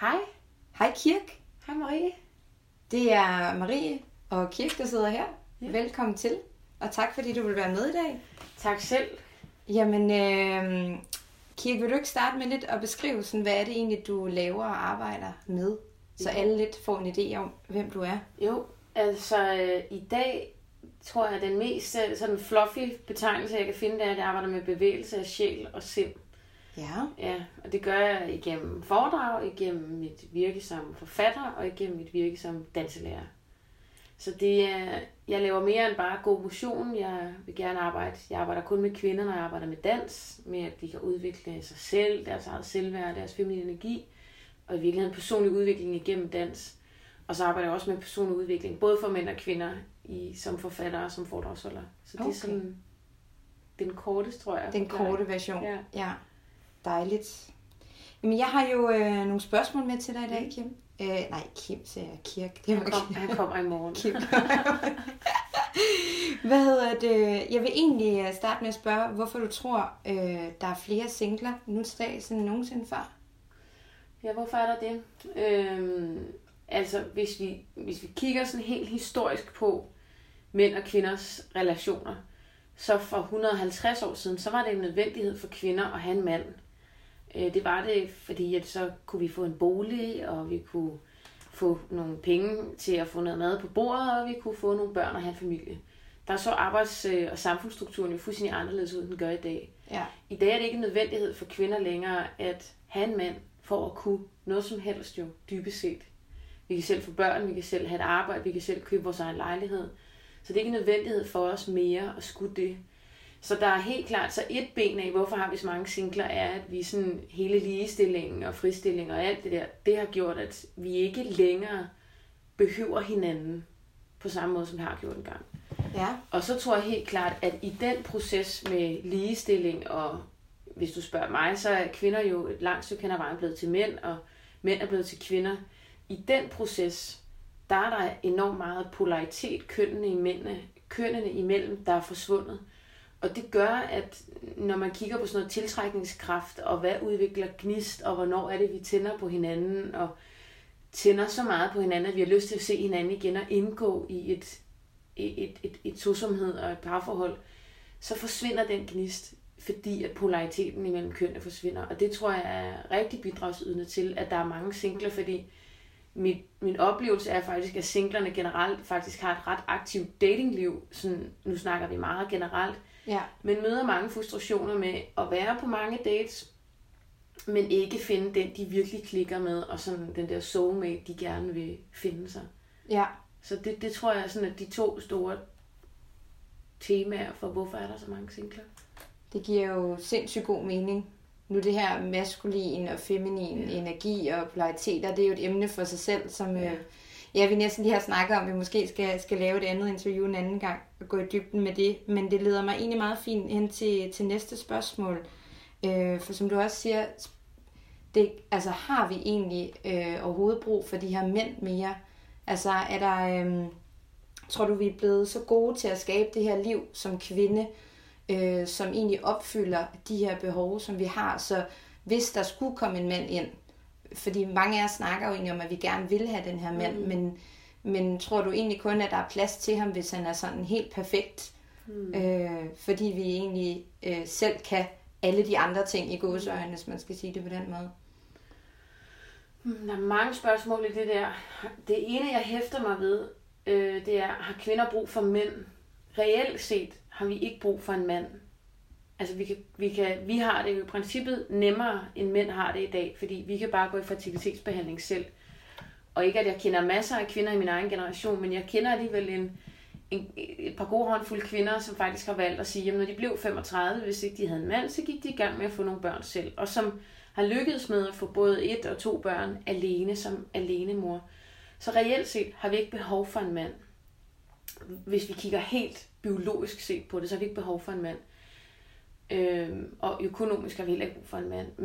Hej. Hej Kirk. Hej Marie. Det er Marie og Kirk, der sidder her. Ja. Velkommen til, og tak fordi du vil være med i dag. Tak selv. Jamen, Kirk, vil du ikke starte med lidt at beskrive, sådan, hvad er det egentlig, du laver og arbejder med? Så alle lidt får en idé om, hvem du er. Jo, altså i dag tror jeg, at den mest sådan fluffy betegnelse, jeg kan finde, det er, at jeg arbejder med bevægelse af sjæl og sind. Ja, og det gør jeg igennem foredrag, igennem mit virke som forfatter og igennem mit virke som danselærer. Så det er, jeg laver mere end bare god motion. Jeg vil gerne jeg arbejder kun med kvinder, når jeg arbejder med dans, med at de kan udvikle sig selv, deres eget selvværd, deres feminine energi, og i virkeligheden personlig udvikling igennem dans. Og så arbejder jeg også med personlig udvikling, både for mænd og kvinder, som forfattere og som foredragsholder. Så det er sådan den korte, tror jeg. Den korte version, ja. Dejligt. Jamen, jeg har jo nogle spørgsmål med til dig i dag, Kim. Nej, Kim siger jeg. Kirk. Han kommer i morgen. Kim. Hvad hedder det? Jeg vil egentlig starte med at spørge, hvorfor du tror, der er flere singler nu til dags end nogensinde før? Ja, hvorfor er der det? Altså, hvis vi kigger sådan helt historisk på mænd og kvinders relationer, så for 150 år siden, så var det en nødvendighed for kvinder at have en mand. Det var det, fordi at så kunne vi få en bolig, og vi kunne få nogle penge til at få noget mad på bordet, og vi kunne få nogle børn og have en familie. Der er så arbejds- og samfundsstrukturen jo fuldstændig anderledes ud, end den gør i dag. Ja. I dag er det ikke en nødvendighed for kvinder længere at have en mand for at kunne noget som helst jo, dybest set. Vi kan selv få børn, vi kan selv have et arbejde, vi kan selv købe vores egen lejlighed. Så det er ikke en nødvendighed for os mere at skulle det. Så der er helt klart, så et ben af, hvorfor har vi så mange singler, er, at vi sådan hele ligestillingen og fristilling og alt det der, det har gjort, at vi ikke længere behøver hinanden på samme måde, som vi har gjort engang. Ja. Og så tror jeg helt klart, at i den proces med ligestilling, og hvis du spørger mig, så er kvinder jo et langt stykke hen ad vejen blevet til mænd, og mænd er blevet til kvinder. I den proces, der er der enormt meget polaritet kønnene imellem, der er forsvundet. Og det gør, at når man kigger på sådan noget tiltrækningskraft, og hvad udvikler gnist, og hvornår er det, vi tænder på hinanden, og tænder så meget på hinanden, at vi har lyst til at se hinanden igen og indgå i et tosomhed og et parforhold, så forsvinder den gnist, fordi at polariteten imellem kønnene forsvinder. Og det tror jeg er rigtig bidragsydende til, at der er mange singler, fordi min oplevelse er faktisk, at singlerne generelt faktisk har et ret aktivt datingliv. Sådan, nu snakker vi meget generelt. Ja. Men møder mange frustrationer med at være på mange dates, men ikke finde den, de virkelig klikker med, og sådan den der soulmate, de gerne vil finde sig. Ja. Så det tror jeg er sådan, at de to store temaer for, hvorfor er der så mange singler. Det giver jo sindssygt god mening. Nu det her maskulin og feminin energi og polariteter, det er jo et emne for sig selv, som vi næsten lige har snakket om, vi måske skal lave et andet interview en anden gang og gå i dybden med det. Men det leder mig egentlig meget fint hen til næste spørgsmål. For som du også siger, har vi egentlig overhovedet brug for de her mænd mere? Altså er der, tror du vi er blevet så gode til at skabe det her liv som kvinde, som egentlig opfylder de her behov, som vi har, så hvis der skulle komme en mand ind, fordi mange af os snakker jo egentlig om, at vi gerne vil have den her mand, men tror du egentlig kun, at der er plads til ham, hvis han er sådan helt perfekt, fordi vi egentlig selv kan alle de andre ting i gåseøjne, hvis man skal sige det på den måde? Der er mange spørgsmål i det der. Det ene, jeg hæfter mig ved, det er, har kvinder brug for mænd? Reelt set har vi ikke brug for en mand. Altså vi har det jo i princippet nemmere, end mænd har det i dag, fordi vi kan bare gå i fertilitetsbehandling selv. Og ikke at jeg kender masser af kvinder i min egen generation, men jeg kender alligevel et par gode håndfulde kvinder, som faktisk har valgt at sige, at når de blev 35, hvis ikke de havde en mand, så gik de i gang med at få nogle børn selv. Og som har lykkedes med at få både 1 og 2 børn alene som alenemor. Så reelt set har vi ikke behov for en mand. Hvis vi kigger helt biologisk set på det, så har vi ikke behov for en mand. Og økonomisk har vi heller ikke brug for en mand.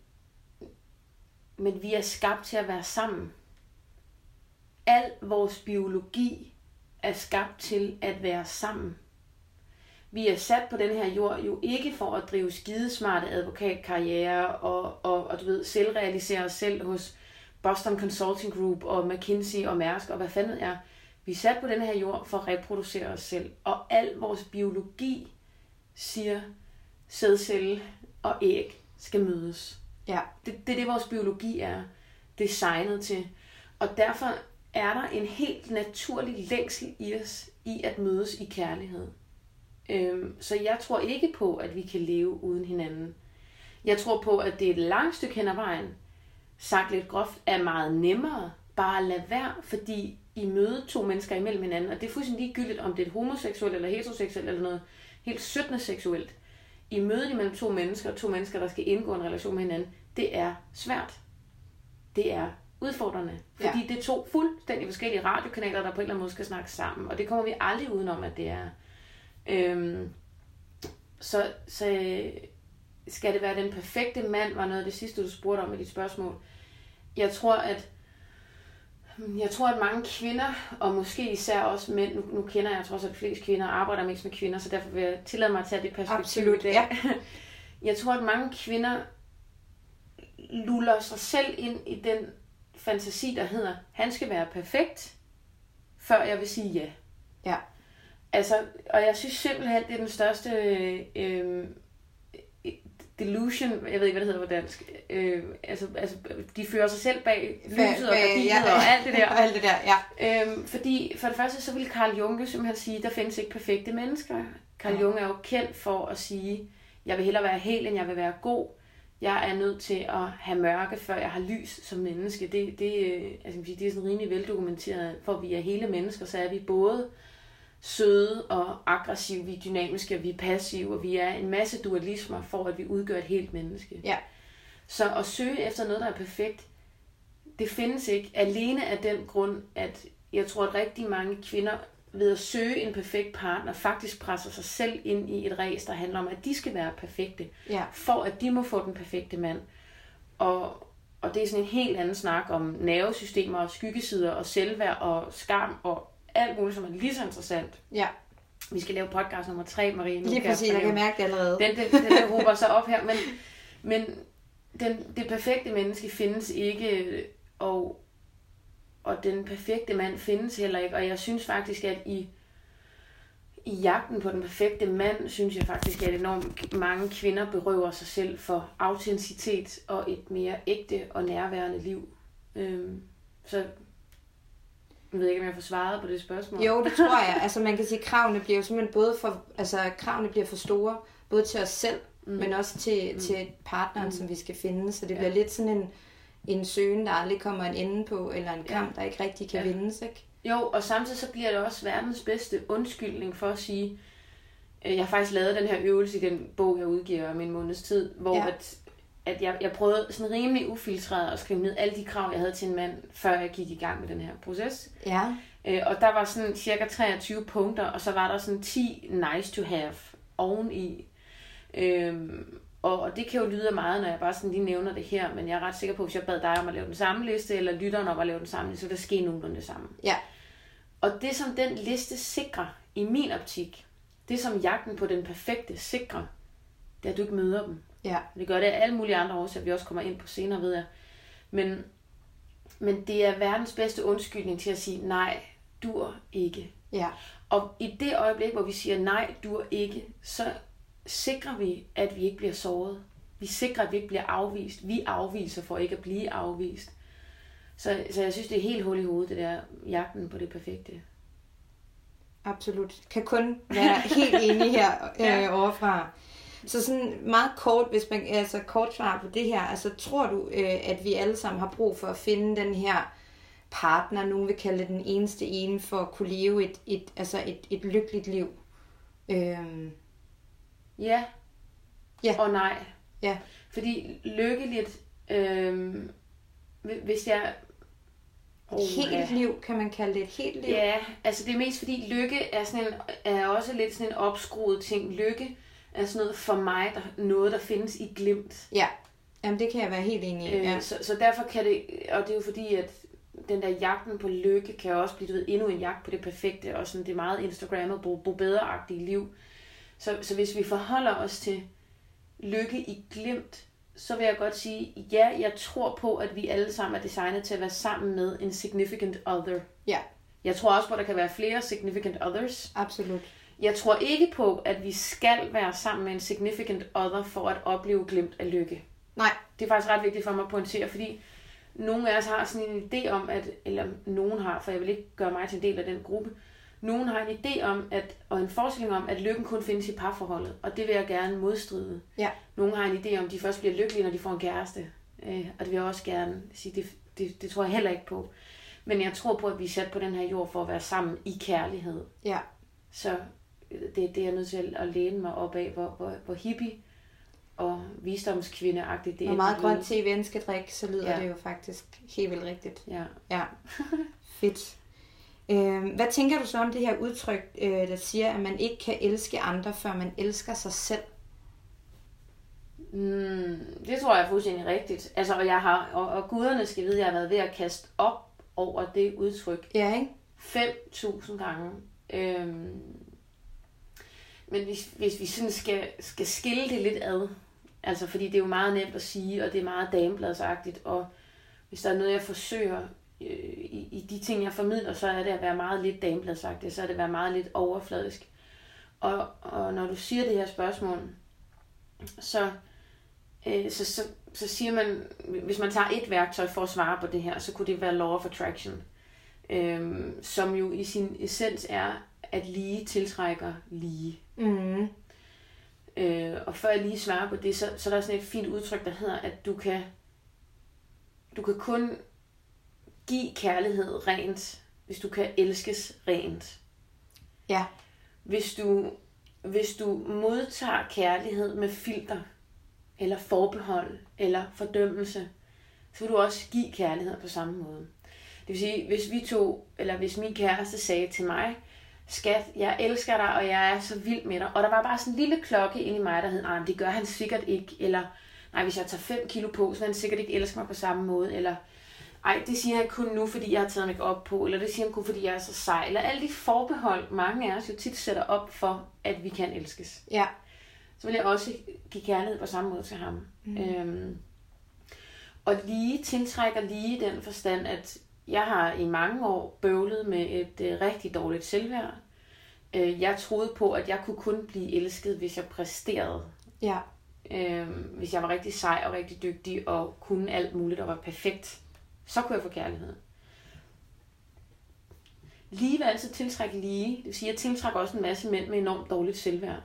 Men vi er skabt til at være sammen. Al vores biologi er skabt til at være sammen. Vi er sat på den her jord jo ikke for at drive skidesmarte advokatkarriere og du ved, selvrealisere os selv hos Boston Consulting Group og McKinsey og Mærsk og hvad fanden er. Vi er sat på den her jord for at reproducere os selv. Og al vores biologi siger, sædcelle og æg skal mødes. Ja. Det er det, vores biologi er designet til. Og derfor er der en helt naturlig længsel i os i at mødes i kærlighed. Så jeg tror ikke på, at vi kan leve uden hinanden. Jeg tror på, at det er et langt stykke hen ad vejen, sagt lidt groft, er meget nemmere bare at lade være, fordi I møder to mennesker imellem hinanden, og det er fuldstændig ligegyldigt, om det er homoseksuelt eller heteroseksuelt eller noget helt sødende seksuelt. I mødet imellem to mennesker, der skal indgå en relation med hinanden, det er svært. Det er udfordrende, fordi det er to fuldstændig forskellige radiokanaler, der på en eller anden måde skal snakke sammen, og det kommer vi aldrig udenom, at det er. Så skal det være den perfekte mand, var noget af det sidste, du spurgte om i dit spørgsmål. Jeg tror, at mange kvinder, og måske især også mænd, nu kender jeg trods alt flest kvinder, arbejder mest med kvinder, så derfor vil jeg tillade mig at tage det perspektiv. Absolut, ja. Jeg tror, at mange kvinder luller sig selv ind i den fantasi, der hedder, han skal være perfekt, før jeg vil sige ja. Ja. Altså, og jeg synes simpelthen, det er den største delusion, jeg ved ikke, hvad det hedder på dansk. Altså, de fører sig selv bag lyset og gardinet og alt det der. Og alt det der, ja. Fordi for det første, så vil Carl Jung jo simpelthen sige, der findes ikke perfekte mennesker. Carl Jung er jo kendt for at sige, jeg vil hellere være hel, end jeg vil være god. Jeg er nødt til at have mørke, før jeg har lys som menneske. Det er sådan rimelig veldokumenteret, for vi er hele mennesker, så er vi både søde og aggressive, vi er dynamiske, og vi er passive, og vi er en masse dualismer for, at vi udgør et helt menneske. Ja. Så at søge efter noget, der er perfekt, det findes ikke. Alene af den grund, at jeg tror, at rigtig mange kvinder ved at søge en perfekt partner, faktisk presser sig selv ind i et ræs, der handler om, at de skal være perfekte, for at de må få den perfekte mand. Og det er sådan en helt anden snak om nervesystemer og skyggesider og selvværd og skam og alt muligt, som er lige så interessant. Ja. Vi skal lave podcast nummer 3, Marie. Lige præcis, jeg kan mærke det allerede. Den råber sig op her, men det perfekte menneske findes ikke, og den perfekte mand findes heller ikke. Og jeg synes faktisk, at i jagten på den perfekte mand, synes jeg faktisk, at enormt mange kvinder berøver sig selv for autenticitet og et mere ægte og nærværende liv. Så jeg ved ikke, om jeg får svaret på det spørgsmål. Jo, det tror jeg. Altså man kan sige, at kravene bliver jo simpelthen kravene bliver for store, både til os selv, men også til partneren, som vi skal finde. Så det bliver lidt sådan en søgen, der aldrig kommer en ende på, eller en kamp, der ikke rigtig kan vindes, ikke? Jo, og samtidig så bliver det også verdens bedste undskyldning for at sige, jeg har faktisk lavet den her øvelse i den bog, jeg udgiver om en måneds tid, hvor at jeg prøvede sådan rimelig ufiltreret at skrive ned alle de krav, jeg havde til en mand, før jeg gik i gang med den her proces. Ja. Og der var sådan cirka 23 punkter, og så var der sådan 10 nice to have oveni. Og det kan jo lyde af meget, når jeg bare sådan lige nævner det her, men jeg er ret sikker på, at hvis jeg bad dig om at lave den samme liste, eller lytteren om at lave den samme liste, så vil der ske nogenlunde det samme. Ja. Og det, som den liste sikrer, i min optik, det som jagten på den perfekte sikrer, det er, at du ikke møder dem. Ja. Det gør det af alle mulige andre årsager, vi også kommer ind på senere, ved jeg. Men det er verdens bedste undskyldning til at sige, nej, dur ikke. Ja. Og i det øjeblik, hvor vi siger, nej, dur ikke, så sikrer vi, at vi ikke bliver såret. Vi sikrer, at vi ikke bliver afvist. Vi afviser for ikke at blive afvist. Så jeg synes, det er helt hul i hovedet, det der jagten på det perfekte. Absolut. Kan kun være helt enig her overfra. Så sådan meget kort, hvis man kort svar på det her, altså tror du, at vi alle sammen har brug for at finde den her partner, nogen vil kalde det den eneste ene, for at kunne leve et lykkeligt liv? Ja. Og nej. Ja. Fordi lykkeligt, hvis jeg... Helt liv, kan man kalde det et helt liv? Ja, altså det er mest fordi lykke er også lidt sådan en opskruet ting. Lykke er sådan noget for mig, noget der findes i glimt. Ja, jamen det kan jeg være helt enig i. Ja. Så derfor kan det, og det er jo fordi, at den der jagten på lykke kan også blive endnu en jagt på det perfekte, og sådan det meget instagrammable, bo-bedre-agtige liv. Så hvis vi forholder os til lykke i glimt, så vil jeg godt sige, ja, jeg tror på, at vi alle sammen er designet til at være sammen med en significant other. Ja. Jeg tror også på, at der kan være flere significant others. Absolut. Jeg tror ikke på, at vi skal være sammen med en significant other for at opleve glimt af lykke. Nej. Det er faktisk ret vigtigt for mig at pointere, fordi nogle af os har sådan en idé om, eller nogen har, for jeg vil ikke gøre mig til en del af den gruppe, nogen har en idé om, og en forestilling om, at lykken kun findes i parforholdet, og det vil jeg gerne modstride. Ja. Nogen har en idé om, at de først bliver lykkelige, når de får en kæreste, og det vil jeg også gerne sige, det tror jeg heller ikke på. Men jeg tror på, at vi er sat på den her jord for at være sammen i kærlighed. Ja. Så det er jeg nødt til at læne mig op af, hvor hippie og visdomskvindeagtigt det er. Hvor meget grønt te vi skal drikke, så lyder det jo faktisk helt vildt rigtigt. Ja. Fedt. Hvad tænker du så om det her udtryk, der siger, at man ikke kan elske andre, før man elsker sig selv? Det tror jeg er fuldstændig rigtigt. Altså, og guderne skal vide, at jeg har været ved at kaste op over det udtryk. Ja, ikke? 5.000 gange. Men hvis vi sådan skal skille det lidt ad, altså fordi det er jo meget nemt at sige, og det er meget damebladsagtigt, og hvis der er noget, jeg forsøger i de ting, jeg formidler, så er det at være meget lidt damebladsagtigt, så er det at være meget lidt overfladisk. Og når du siger det her spørgsmål, så siger man, hvis man tager et værktøj for at svare på det her, så kunne det være Law of Attraction, som jo i sin essens er, at lige tiltrækker lige. Mm. Og før jeg lige svarer på det, så er der sådan et fint udtryk, der hedder, at du kan kun give kærlighed rent, hvis du kan elskes rent. Ja. Hvis du modtager kærlighed med filter, eller forbehold, eller fordømmelse, så vil du også give kærlighed på samme måde. Det vil sige, hvis min kæreste sagde til mig, skat, jeg elsker dig, og jeg er så vild med dig, og der var bare sådan en lille klokke inde i mig, der hed, nej, det gør han sikkert ikke, eller nej, hvis jeg tager 5 kilo på, så vil han sikkert ikke elske mig på samme måde, eller ej, det siger han kun nu, fordi jeg har taget mig op på, eller det siger han kun, fordi jeg er så sej, eller alle de forbehold, mange af os jo tit sætter op for, at vi kan elskes. Ja. Så vil jeg også give kærlighed på samme måde til ham. Og lige tiltrækker lige den forstand, at jeg har i mange år bøvlet med et rigtig dårligt selvværd. Jeg troede på, at jeg kunne kun blive elsket, hvis jeg præsterede. Ja. Hvis jeg var rigtig sej og rigtig dygtig og kunne alt muligt og var perfekt, så kunne jeg få kærlighed. Lige vil altid tiltrække lige. Det vil sige, at jeg tiltrækker også en masse mænd med enormt dårligt selvværd.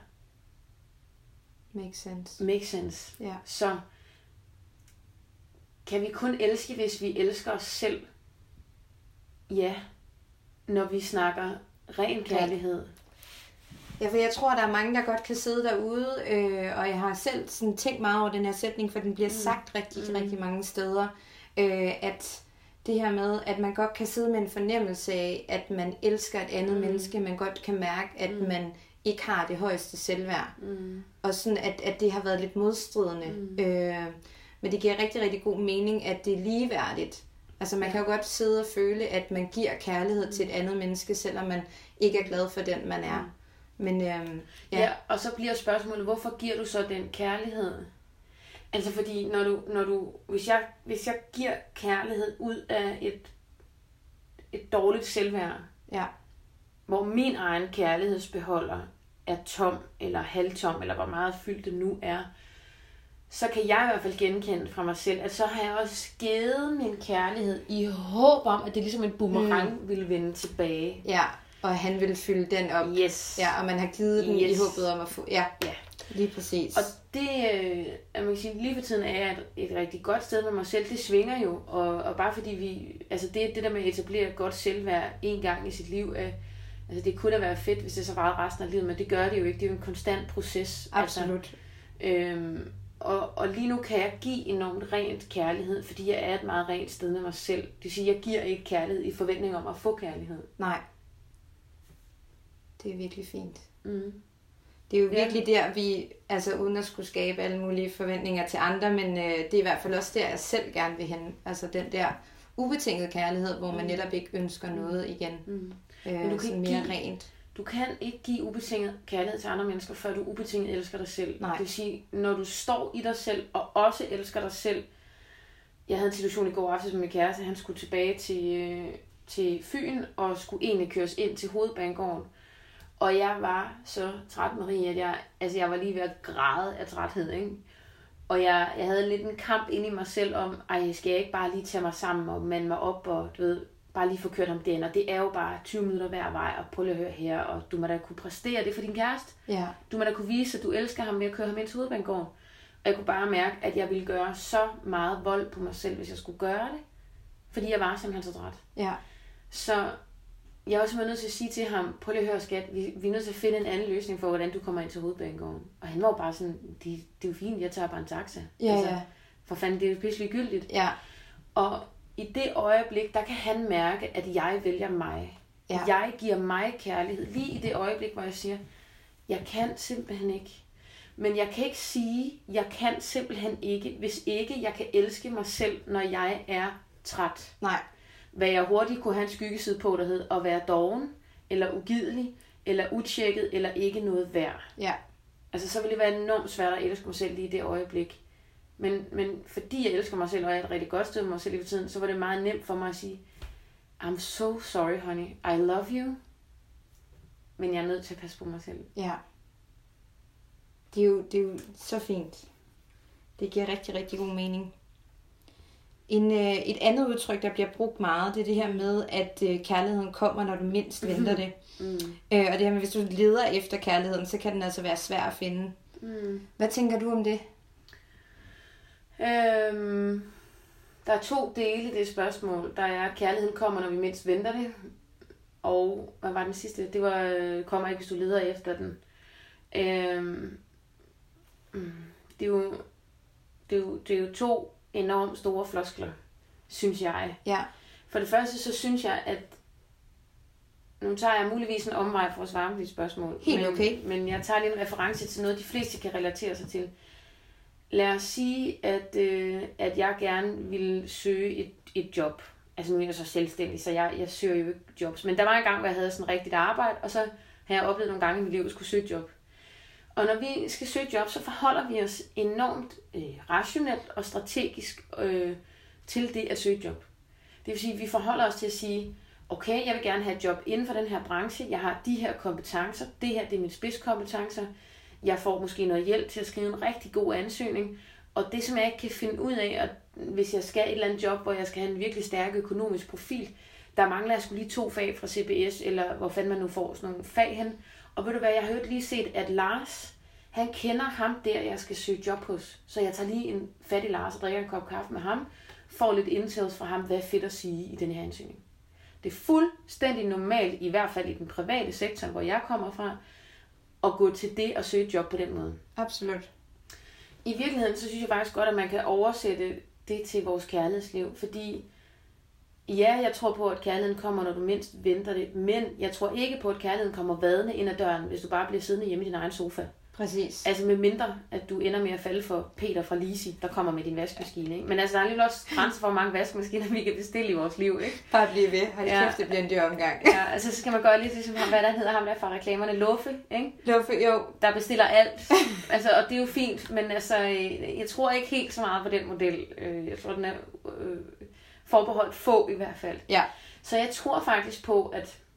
Makes sense. Ja. Så kan vi kun elske, hvis vi elsker os selv? Ja, når vi snakker ren kærlighed. Ja, for jeg tror, der er mange, der godt kan sidde derude, og jeg har selv sådan tænkt meget over den her sætning, for den bliver sagt rigtig mange steder, at det her med, at man godt kan sidde med en fornemmelse af, at man elsker et andet menneske, man godt kan mærke, at man ikke har det højeste selvværd. Og sådan, at det har været lidt modstridende. Men det giver rigtig god mening, at det er ligeværdigt. Altså man kan jo godt sidde og føle, at man giver kærlighed til et andet menneske, selvom man ikke er glad for den, man er. Men, ja, og så bliver spørgsmålet, hvorfor giver du så den kærlighed? Altså fordi, hvis jeg giver kærlighed ud af et dårligt selvværd, hvor min egen kærlighedsbeholder er tom, eller halvtom, eller hvor meget fyldt det nu er, så kan jeg i hvert fald genkende fra mig selv, at så har jeg også givet min kærlighed i håb om, at det ligesom en boomerang ville vende tilbage. Ja, og han ville fylde den op. Yes. Ja, og man har givet den i håbet om at få... Ja, lige præcis. Og det, man kan sige, lige for tiden er jeg et rigtig godt sted med mig selv. Det svinger jo, og bare fordi vi... Altså det der med at etablere et godt selvværd en gang i sit liv, altså det kunne da være fedt, hvis det så varede resten af livet, men det gør det jo ikke. Det er jo en konstant proces. Absolut. Altså, og lige nu kan jeg give enormt rent kærlighed, fordi jeg er et meget rent sted med mig selv. Det vil sige, at jeg giver ikke kærlighed i forventning om at få kærlighed. Nej. Det er virkelig fint. Det er jo virkelig der, vi, altså uden at skulle skabe alle mulige forventninger til andre, men det er i hvert fald også der, jeg selv gerne vil hen. Altså den der ubetingede kærlighed, hvor man netop ikke ønsker noget igen. Men du kan mere rent. du kan ikke give ubetinget kærlighed til andre mennesker, før du ubetinget elsker dig selv. Nej. Det vil sige, når du står i dig selv, og også elsker dig selv. Jeg havde en situation i går aftes med min kæreste, han skulle tilbage til Fyn, og skulle egentlig køres ind til Hovedbanegården. Og jeg var så træt, Marie, at jeg var lige ved at græde af træthed, ikke? Og jeg havde lidt en kamp inde i mig selv om, skal jeg ikke bare lige tage mig sammen og mande mig op, og du ved, bare lige få kørt ham den, og det er jo bare 20 minutter hver vej, og prøv lige at høre her, og du må da kunne præstere det for din kæreste. Ja. Du må da kunne vise, at du elsker ham ved at køre ham ind til Hovedbanegården. Og jeg kunne bare mærke, at jeg ville gøre så meget vold på mig selv, hvis jeg skulle gøre det. Fordi jeg var simpelthen så træt. Ja. Så jeg var simpelthen nødt til at sige til ham, prøv lige at høre skat, vi er nødt til at finde en anden løsning for, hvordan du kommer ind til Hovedbanegården. Og han var jo bare sådan, det er jo fint, jeg tager bare en taxa. Ja. For fanden, det er jo pisselig gyldigt. Ja. Og i det øjeblik, der kan han mærke, at jeg vælger mig. Ja. Jeg giver mig kærlighed. Lige i det øjeblik, hvor jeg siger, jeg kan simpelthen ikke. Men jeg kan ikke sige, jeg kan simpelthen ikke, hvis ikke jeg kan elske mig selv, når jeg er træt. Nej. Hvad jeg hurtigt kunne have en skyggeside på, der hed at være doven, eller ugidelig, eller utjekket, eller ikke noget værd. Ja. Altså, så ville det være enormt svært at elske mig selv lige i det øjeblik. Men fordi jeg elsker mig selv, og jeg er et rigtig godt sted med mig selv i tiden, så var det meget nemt for mig at sige, I'm so sorry, honey. I love you. Men jeg er nødt til at passe på mig selv. Ja. Det er jo så fint. Det giver rigtig, rigtig god mening. Et andet udtryk, der bliver brugt meget, det er det her med, at kærligheden kommer, når du mindst venter det. Og det her med, hvis du leder efter kærligheden, så kan den altså være svær at finde. Hvad tænker du om det? Der er 2 dele i det spørgsmål. Der er, kærligheden kommer, når vi mindst venter det. Og hvad var den sidste? Det var, kommer ikke, hvis du leder efter den. Det er jo 2 enormt store floskler, synes jeg. Ja. For det første, så synes jeg, at nu tager jeg muligvis en omvej for at svare på dit spørgsmål. Helt okay. Men jeg tager lige en reference til noget, de fleste kan relatere sig til. Lad os sige, at jeg gerne ville søge et job. Altså nu er jeg så selvstændig, så jeg søger jo ikke jobs. Men der var en gang, hvor jeg havde sådan et rigtigt arbejde, og så har jeg oplevet nogle gange i mit liv, at jeg skulle søge et job. Og når vi skal søge job, så forholder vi os enormt rationelt og strategisk til det at søge job. Det vil sige, at vi forholder os til at sige, okay, jeg vil gerne have et job inden for den her branche. Jeg har de her kompetencer. Det her, det er mine spidskompetencer. Jeg får måske noget hjælp til at skrive en rigtig god ansøgning. Og det, som jeg ikke kan finde ud af, at hvis jeg skal et eller andet job, hvor jeg skal have en virkelig stærk økonomisk profil, der mangler jeg skulle lige 2 fag fra CBS, eller hvor fanden man nu får sådan nogle fag hen. Og ved du hvad, jeg har hørt lige set, at Lars, han kender ham der, jeg skal søge job hos. Så jeg tager lige en fat i Lars og drikker en kop kaffe med ham, får lidt intels fra ham, hvad er fedt at sige i den her ansøgning. Det er fuldstændig normalt, i hvert fald i den private sektor, hvor jeg kommer fra, at gå til det og søge job på den måde. Absolut. I virkeligheden, så synes jeg faktisk godt, at man kan oversætte det til vores kærlighedsliv, fordi ja, jeg tror på, at kærligheden kommer, når du mindst venter det, men jeg tror ikke på, at kærligheden kommer vadende ind ad døren, hvis du bare bliver siddende hjemme i din egen sofa. Præcis. Altså med mindre, at du ender med at falde for Peter fra Lisi, der kommer med din vaskemaskine, ikke? Men altså, der er alligevel også grænser for, hvor mange vaskemaskiner vi kan bestille i vores liv, ikke? Bare blive ved. Hold kæft, det bliver en dyr omgang. Ja, altså så skal man gøre lidt ligesom ham, hvad der hedder ham der fra reklamerne, Luffe, ikke? Luffe, jo. Der bestiller alt. Altså, og det er jo fint, men altså, jeg tror ikke helt så meget på den model. Jeg tror, den er forbeholdt få i hvert fald. Ja. Så jeg tror faktisk på,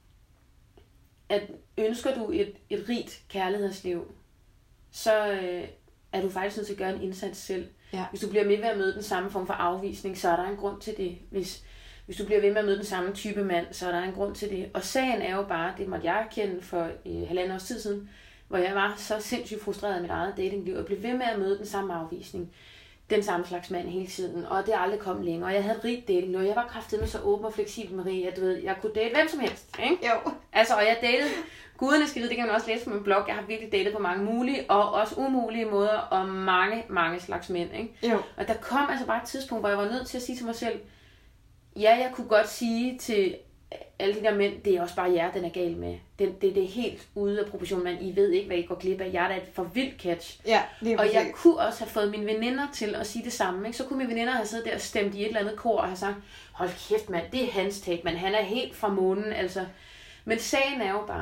at ønsker du et rigt kærlighedsliv, så er du faktisk nødt til at gøre en indsats selv. Ja. Hvis du bliver med at møde den samme form for afvisning, så er der en grund til det. Hvis du bliver ved med at møde den samme type mand, så er der en grund til det. Og sagen er jo bare, det måtte jeg erkende for 1,5 års tid siden, hvor jeg var så sindssygt frustreret i mit eget datingliv, og blev ved med at møde den samme afvisning. Den samme slags mand hele tiden, og det aldrig kom længere. Og jeg havde et rigt dating, og jeg var kraftedeme så åben og fleksibel, Marie, at du ved, jeg kunne date hvem som helst, ikke? Jo. Altså, og jeg datede, guderne skal vide, det kan man også læse på min blog, jeg har virkelig datet på mange mulige, og også umulige måder, og mange, mange slags mænd, ikke? Jo. Og der kom altså bare et tidspunkt, hvor jeg var nødt til at sige til mig selv, ja, jeg kunne godt sige til alle de der mænd, det er også bare jer, den er gal med. Det er helt ude af proportion, men I ved ikke, hvad I går glip af. Jeg er da et for vildt catch. Ja, og jeg kunne også have fået mine veninder til at sige det samme. Ikke? Så kunne mine veninder have siddet der og stemt i et eller andet kor og have sagt, hold kæft mand, det er hans take, man. Han er helt fra månen. Altså. Men sagen er jo bare,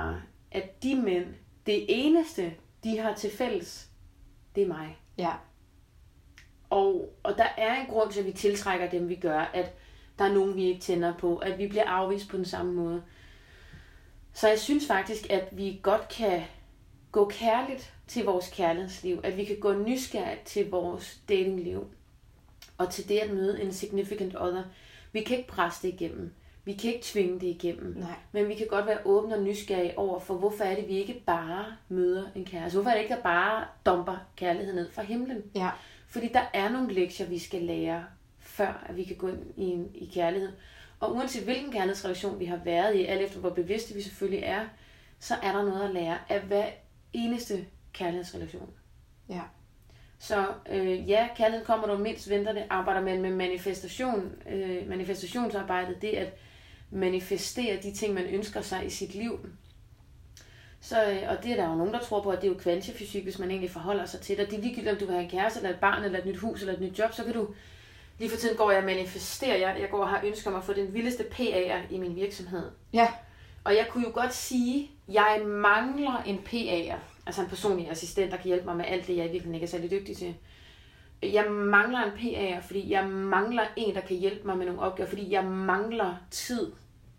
at de mænd, det eneste, de har til fælles, det er mig. Ja. Og der er en grund til, at vi tiltrækker dem, vi gør, at der er nogen, vi ikke tænder på, at vi bliver afvist på den samme måde. Så jeg synes faktisk, at vi godt kan gå kærligt til vores kærlighedsliv, at vi kan gå nysgerrigt til vores datingliv, og til det at møde en significant other. Vi kan ikke presse det igennem. Vi kan ikke tvinge det igennem. Nej. Men vi kan godt være åbne og nysgerrige over for, hvorfor er det, vi ikke bare møder en kæreste. Hvorfor er det ikke, der bare dumper kærlighed ned fra himlen? Ja. Fordi der er nogle lektier, vi skal lære, før at vi kan gå ind i kærlighed. Og uanset hvilken kærlighedsrelation vi har været i, alt efter hvor bevidste vi selvfølgelig er, så er der noget at lære af hver eneste kærlighedsrelation. Ja. Så ja, kærligheden kommer, når du mindst venter det. Arbejder man med manifestation, manifestationsarbejdet, det at manifestere de ting, man ønsker sig i sit liv. Så, og det er der jo nogen, der tror på, at det er jo kvantefysik, hvis man egentlig forholder sig til det. Det er ligegyldigt, om du vil have en kæreste, eller et barn, eller et nyt hus, eller et nyt job, så kan du... Lige for tiden går jeg og manifesterer. Jeg går og har ønsker mig at få den vildeste PA'er i min virksomhed. Ja. Og jeg kunne jo godt sige, at jeg mangler en PA'er. Altså en personlig assistent, der kan hjælpe mig med alt det, jeg virkelig ikke er særlig dygtig til. Jeg mangler en PA'er, fordi jeg mangler en, der kan hjælpe mig med nogle opgaver, fordi jeg mangler tid.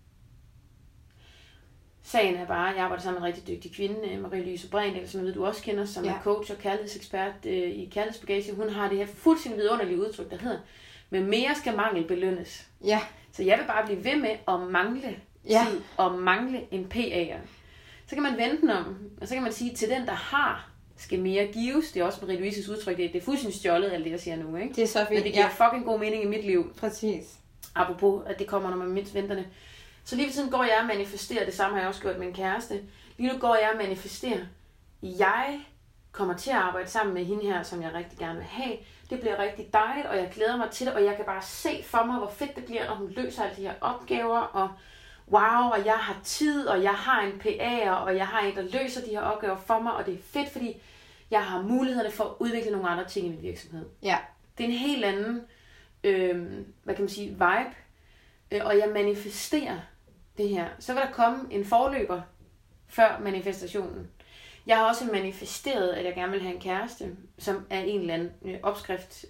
Sagen er bare, at jeg arbejder sammen med en rigtig dygtig kvinde, Marie-Louise Brendel, som jeg ved, du også kender, som er coach og kærlighedsekspert i kærlighedsbagage. Hun har det her fuldstændig vidunderlige udtryk, der hedder, med mere skal mangel belønnes. Ja. Så jeg vil bare blive ved med at mangle tid og mangle en PA'er. Så kan man vende den om, og så kan man sige, til den, der har, skal mere gives. Det er også Marie-Louises udtryk, det er fuldstændig stjålet, alt det, jeg siger nu. Ikke? Det er så fint. Men det giver fucking god mening i mit liv. Præcis. Apropos, at det kommer, når man mindst venter det. Så lige ved tiden går jeg og manifesterer, det samme har jeg også gjort med en kæreste. Lige nu går jeg og manifesterer. Jeg kommer til at arbejde sammen med hende her, som jeg rigtig gerne vil have. Det bliver rigtig dejligt, og jeg glæder mig til det, og jeg kan bare se for mig, hvor fedt det bliver, når hun løser alle de her opgaver, og wow, og jeg har tid, og jeg har en PA'er, og jeg har en, der løser de her opgaver for mig, og det er fedt, fordi jeg har mulighederne for at udvikle nogle andre ting i min virksomhed. Ja. Det er en helt anden, hvad kan man sige, vibe, og jeg manifesterer det her. Så vil der komme en forløber før manifestationen. Jeg har også manifesteret, at jeg gerne vil have en kæreste, som er en eller anden opskrift.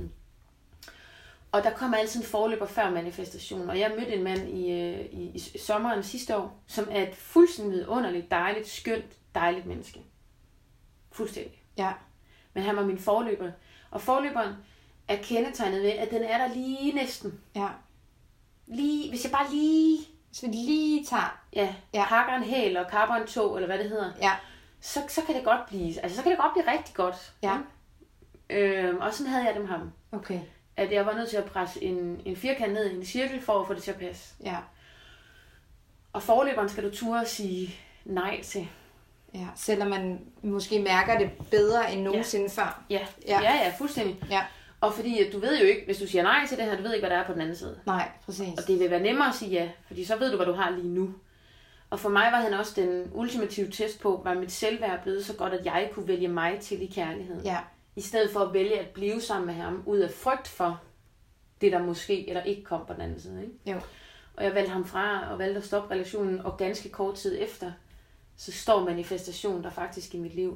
Og der kommer altid en forløber før manifestationen. Og jeg mødte en mand i sommeren sidste år, som er et fuldstændig vidunderligt, dejligt, skønt, dejligt menneske. Fuldstændig. Ja. Men han var min forløber. Og forløberen er kendetegnet ved, at den er der lige næsten. Ja. Lige, hvis jeg bare lige... Hvis vi lige tager... hakker en hæl og kapper en tog, eller hvad det hedder. Ja. Så kan det godt blive... Altså, så kan det godt blive rigtig godt. Ja. Og sådan havde jeg dem ham. Okay. At jeg var nødt til at presse en firkant ned i en cirkel, for at få det til at passe. Ja. Og forløberen skal du turde at sige nej til. Ja, selvom man måske mærker det bedre end nogensinde før. Ja, fuldstændig. Ja. Og fordi du ved jo ikke, hvis du siger nej til det her, du ved ikke, hvad der er på den anden side. Nej, præcis. Og det vil være nemmere at sige ja, fordi så ved du, hvad du har lige nu. Og for mig var han også den ultimative test på, var mit selvværd blevet så godt, at jeg kunne vælge mig til i kærlighed. Ja. I stedet for at vælge at blive sammen med ham, ud af frygt for det, der måske eller ikke kom på den anden side. Ikke? Jo. Og jeg valgte ham fra og valgte at stoppe relationen, og ganske kort tid efter, så står manifestationen der faktisk i mit liv.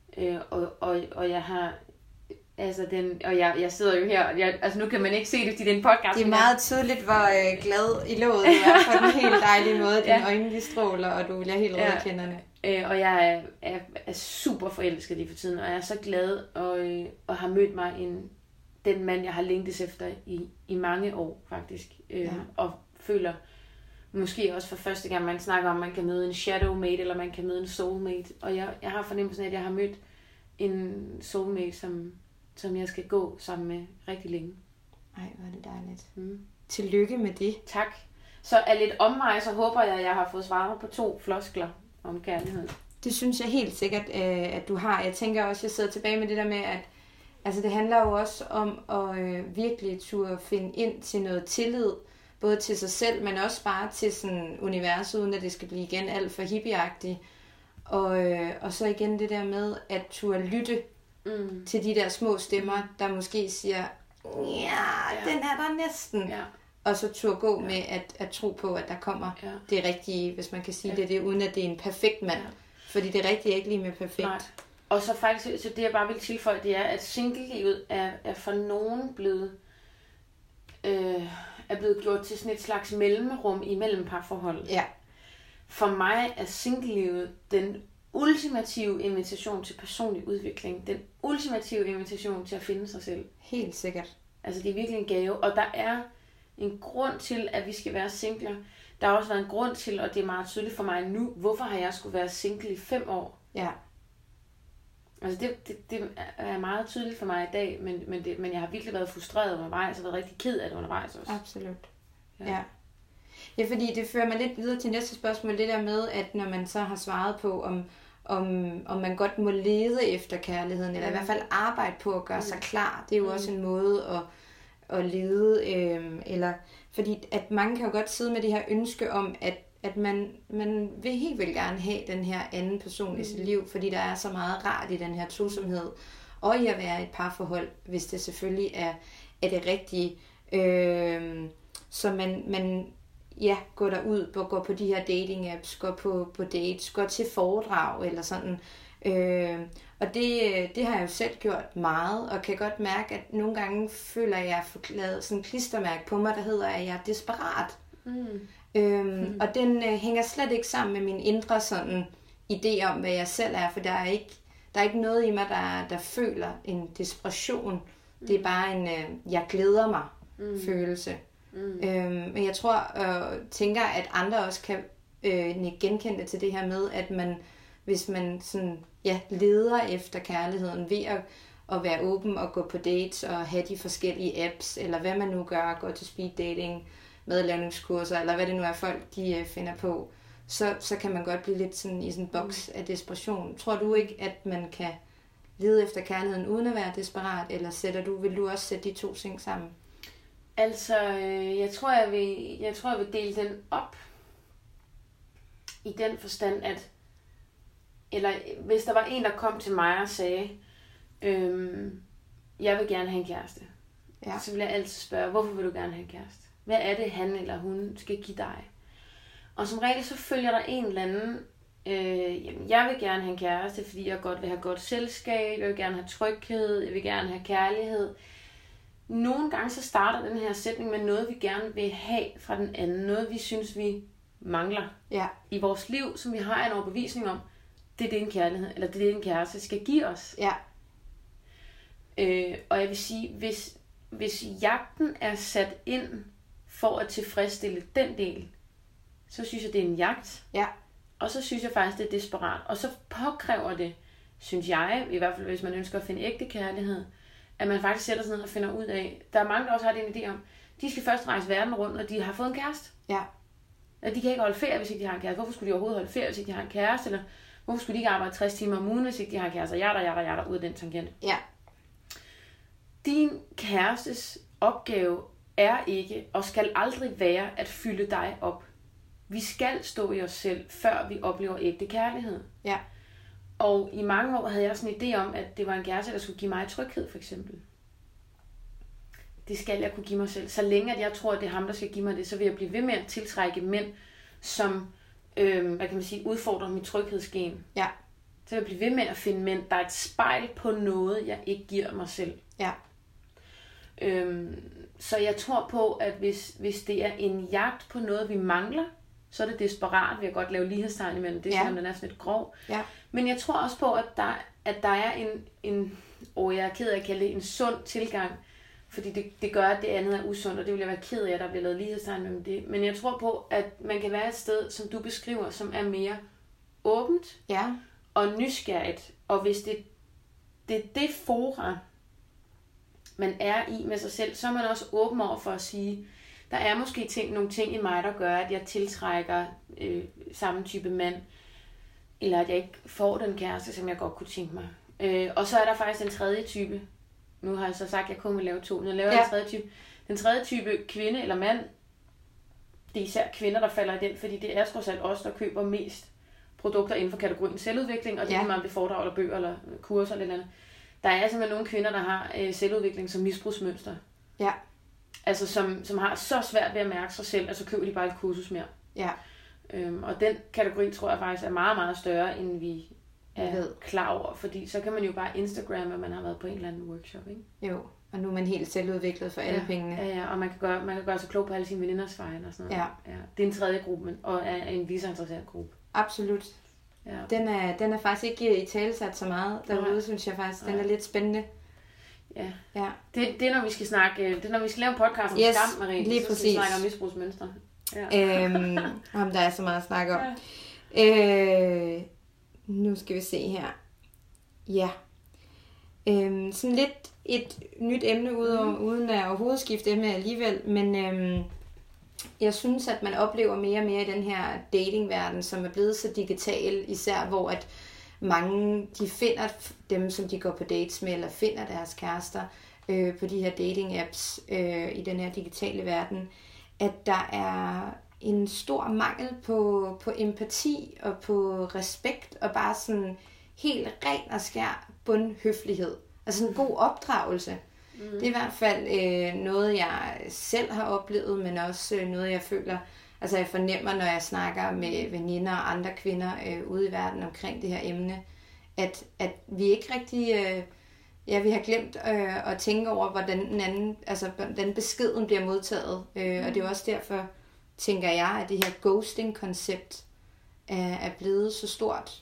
Og jeg har... Altså jeg sidder jo her, altså nu kan man ikke se det, fordi det er en podcast. Det er meget tydeligt, hvor glad i låget du er på en helt dejlig måde. Dine øjne de stråler, og du bliver helt rød i kinderne. Og jeg er super forelsket lige for tiden, og jeg er så glad og har mødt mig den mand, jeg har længtes efter i mange år faktisk. Og føler måske også for første gang, man snakker om, man kan møde en shadowmate, eller man kan møde en soulmate. Og jeg har fornemmelsen af, at jeg har mødt en soulmate, som jeg skal gå sammen med rigtig længe. Ej, hvor er det dejligt. Tillykke med det. Tak. Så af lidt omvej, så håber jeg, at jeg har fået svaret på 2 floskler om kærlighed. Det synes jeg helt sikkert, at du har. Jeg tænker også, at jeg sidder tilbage med det der med, at altså, det handler jo også om at virkelig turde finde ind til noget tillid, både til sig selv, men også bare til sådan universet, uden at det skal blive igen alt for hippieagtigt. Og så igen det der med at turde lytte til de der små stemmer, der måske siger, den er der næsten. og så turde gå med at tro på, at der kommer det rigtige, hvis man kan sige det, uden at det er en perfekt mand. Ja. Fordi det rigtige er ikke lige med perfekt. Nej. Og så faktisk, så det jeg bare vil tilføje, det er, at singlelivet er for nogen blevet gjort til sådan et slags mellemrum imellem parforhold. Ja. For mig er singlelivet den ultimative invitation til personlig udvikling. Den ultimative invitation til at finde sig selv. Helt sikkert. Altså det er virkelig en gave. Og der er en grund til, at vi skal være singler. Der har også været en grund til, og det er meget tydeligt for mig nu, hvorfor har jeg skulle være single i 5 år? Ja. Altså det er meget tydeligt for mig i dag, men jeg har virkelig været frustreret undervejs, og været rigtig ked af det undervejs også. Absolut. Ja. Ja, fordi det fører mig lidt videre til næste spørgsmål, det der med, at når man så har svaret på, om man godt må lede efter kærligheden, eller i hvert fald arbejde på at gøre sig klar, det er jo også en måde at lede, eller fordi at mange kan jo godt sidde med det her ønske om, at man vil helt vildt gerne have den her anden person i sit liv, fordi der er så meget rart i den her tosomhed, og i at være i et parforhold, hvis det selvfølgelig er det rigtige. Så man går derud, går på de her dating apps, går på dates, går til foredrag eller sådan. Og det har jeg jo selv gjort meget, og kan godt mærke, at nogle gange føler jeg, at jeg får lavet sådan en klistermærke på mig, der hedder, at jeg er desperat. Og den hænger slet ikke sammen med min indre sådan idé om, hvad jeg selv er, for der er ikke noget i mig, der føler en desperation. Det er bare en, jeg glæder mig følelse. Men jeg tror tænker, at andre også kan genkende det til det her med, at man, hvis man sådan, leder efter kærligheden ved at være åben og gå på dates og have de forskellige apps, eller hvad man nu gør, gå til speed dating, madlavningskurser, eller hvad det nu er folk, de finder på, så kan man godt blive lidt sådan i sådan en boks af desperation. Tror du ikke, at man kan lede efter kærligheden uden at være desperat, eller vil du også sætte de to ting sammen? Altså, jeg tror, jeg vil dele den op i den forstand, at eller hvis der var en, der kom til mig og sagde, jeg vil gerne have en kæreste, så vil jeg altid spørge, hvorfor vil du gerne have en kæreste? Hvad er det, han eller hun skal give dig? Og som regel, så følger der en eller anden, jeg vil gerne have en kæreste, fordi jeg godt vil have godt selskab, jeg vil gerne have tryghed, jeg vil gerne have kærlighed. Nogle gange så starter den her sætning med noget, vi gerne vil have fra den anden. Noget, vi synes, vi mangler i vores liv, som vi har en overbevisning om, det er det en kærlighed, eller det er det en kæreste skal give os. Ja. Og jeg vil sige, hvis jagten er sat ind for at tilfredsstille den del, så synes jeg, det er en jagt. Ja. Og så synes jeg faktisk, det er desperat. Og så påkræver det, synes jeg, i hvert fald hvis man ønsker at finde ægte kærlighed, at man faktisk sætter sig ned og finder ud af, der er mange, der også har en idé om, de skal først rejse verden rundt, når de har fået en kæreste. Ja. De kan ikke holde ferie, hvis ikke de har en kæreste. Hvorfor skulle de overhovedet holde ferie, hvis ikke de har en kæreste? Eller hvorfor skulle de ikke arbejde 60 timer om ugen, hvis ikke de har en kæreste? Jeg ud af den tangent. Ja. Din kærestes opgave er ikke, og skal aldrig være, at fylde dig op. Vi skal stå i os selv, før vi oplever ægte kærlighed. Ja. Og i mange år havde jeg sådan en idé om, at det var en kæreste, der skulle give mig tryghed, for eksempel. Det skal jeg kunne give mig selv. Så længe at jeg tror, at det er ham, der skal give mig det, så vil jeg blive ved med at tiltrække mænd, som udfordrer mit tryghedsgen. Ja. Så vil jeg blive ved med at finde mænd, der er et spejl på noget, jeg ikke giver mig selv. Ja. Så jeg tror på, at hvis det er en jagt på noget, vi mangler, så er det desperat. Vi kan godt lave lighedstegn imellem det, selvom den er sådan lidt grov. Ja. Men jeg tror også på, at der er jeg er ked af at kalde det en sund tilgang, fordi det gør, at det andet er usundt, og det vil jeg være ked af, at der bliver lavet lighedstegn mellem det. Men jeg tror på, at man kan være et sted, som du beskriver, som er mere åbent og nysgerrigt. Og hvis det fora, man er i med sig selv, så er man også åben over for at sige, der er måske nogle ting i mig, der gør, at jeg tiltrækker samme type mand, eller at jeg ikke får den kæreste, som jeg godt kunne tænke mig. Og så er der faktisk en tredje type. Nu har jeg så sagt, at jeg kun vil lave 2. Nu laver jeg en tredje type. Den tredje type kvinde eller mand, det er især kvinder, der falder i den, fordi det er trods alt os, der køber mest produkter inden for kategorien selvudvikling, og det er, man bliver foredrag eller bøger eller kurser eller andet. Der er simpelthen nogle kvinder, der har selvudvikling som misbrugsmønster. Ja. Altså som har så svært ved at mærke sig selv, og så køber de bare et kursus mere. Ja. Og den kategori tror jeg faktisk er meget, meget større, end vi er klar over. Fordi så kan man jo bare Instagram, at man har været på en eller anden workshop, ikke? Jo, og nu er man helt selvudviklet for alle pengene. Ja, og man kan gøre sig klog på alle sine veninders vejen og sådan noget. Ja. Det er en tredje gruppe, og er en lige så interessant gruppe. Absolut. Ja. Den er faktisk ikke i talesat så meget derude, synes jeg faktisk. Den er lidt spændende. Ja. Det er når vi skal snakke, det er når vi skal lave en podcast om skam, Marie. Lige så præcis. skal vi snakke om misbrugsmønstre. Ja. Der er så meget at snakke om. Nu skal vi se her. Ja. Sådan lidt et nyt emne uden at overhovedet skifte emne alligevel, men jeg synes, at man oplever mere og mere i den her datingverden, som er blevet så digital, især hvor at mange, de finder dem, som de går på dates med, eller finder deres kærester på de her dating-apps i den her digitale verden, at der er en stor mangel på empati og på respekt, og bare sådan helt ren og skær bundhøflighed. Altså en god opdragelse. Det er i hvert fald noget, jeg selv har oplevet, men også noget, jeg føler, altså jeg fornemmer, når jeg snakker med veninder og andre kvinder ude i verden omkring det her emne, at vi ikke rigtig, vi har glemt at tænke over, hvordan beskeden bliver modtaget. Og det er også derfor, tænker jeg, at det her ghosting-koncept er blevet så stort.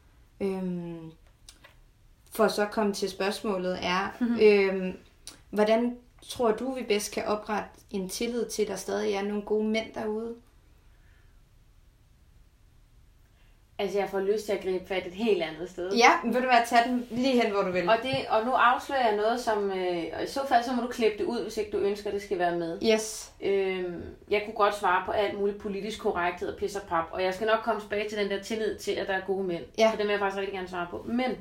For så at komme til spørgsmålet hvordan tror du, vi bedst kan oprette en tillid til, at der stadig er nogle gode mænd derude? Altså, jeg får lyst til at gribe fat et helt andet sted. Ja, vil du være tage den lige hen, hvor du vil. Og nu afslører jeg noget, som... og i så fald, så må du klippe det ud, hvis ikke du ønsker, det skal være med. Yes. Jeg kunne godt svare på alt muligt politisk korrekthed og pis og pap, og jeg skal nok komme tilbage til den der tillid til, at der er gode mænd. Ja. For det vil jeg faktisk rigtig gerne svare på. Men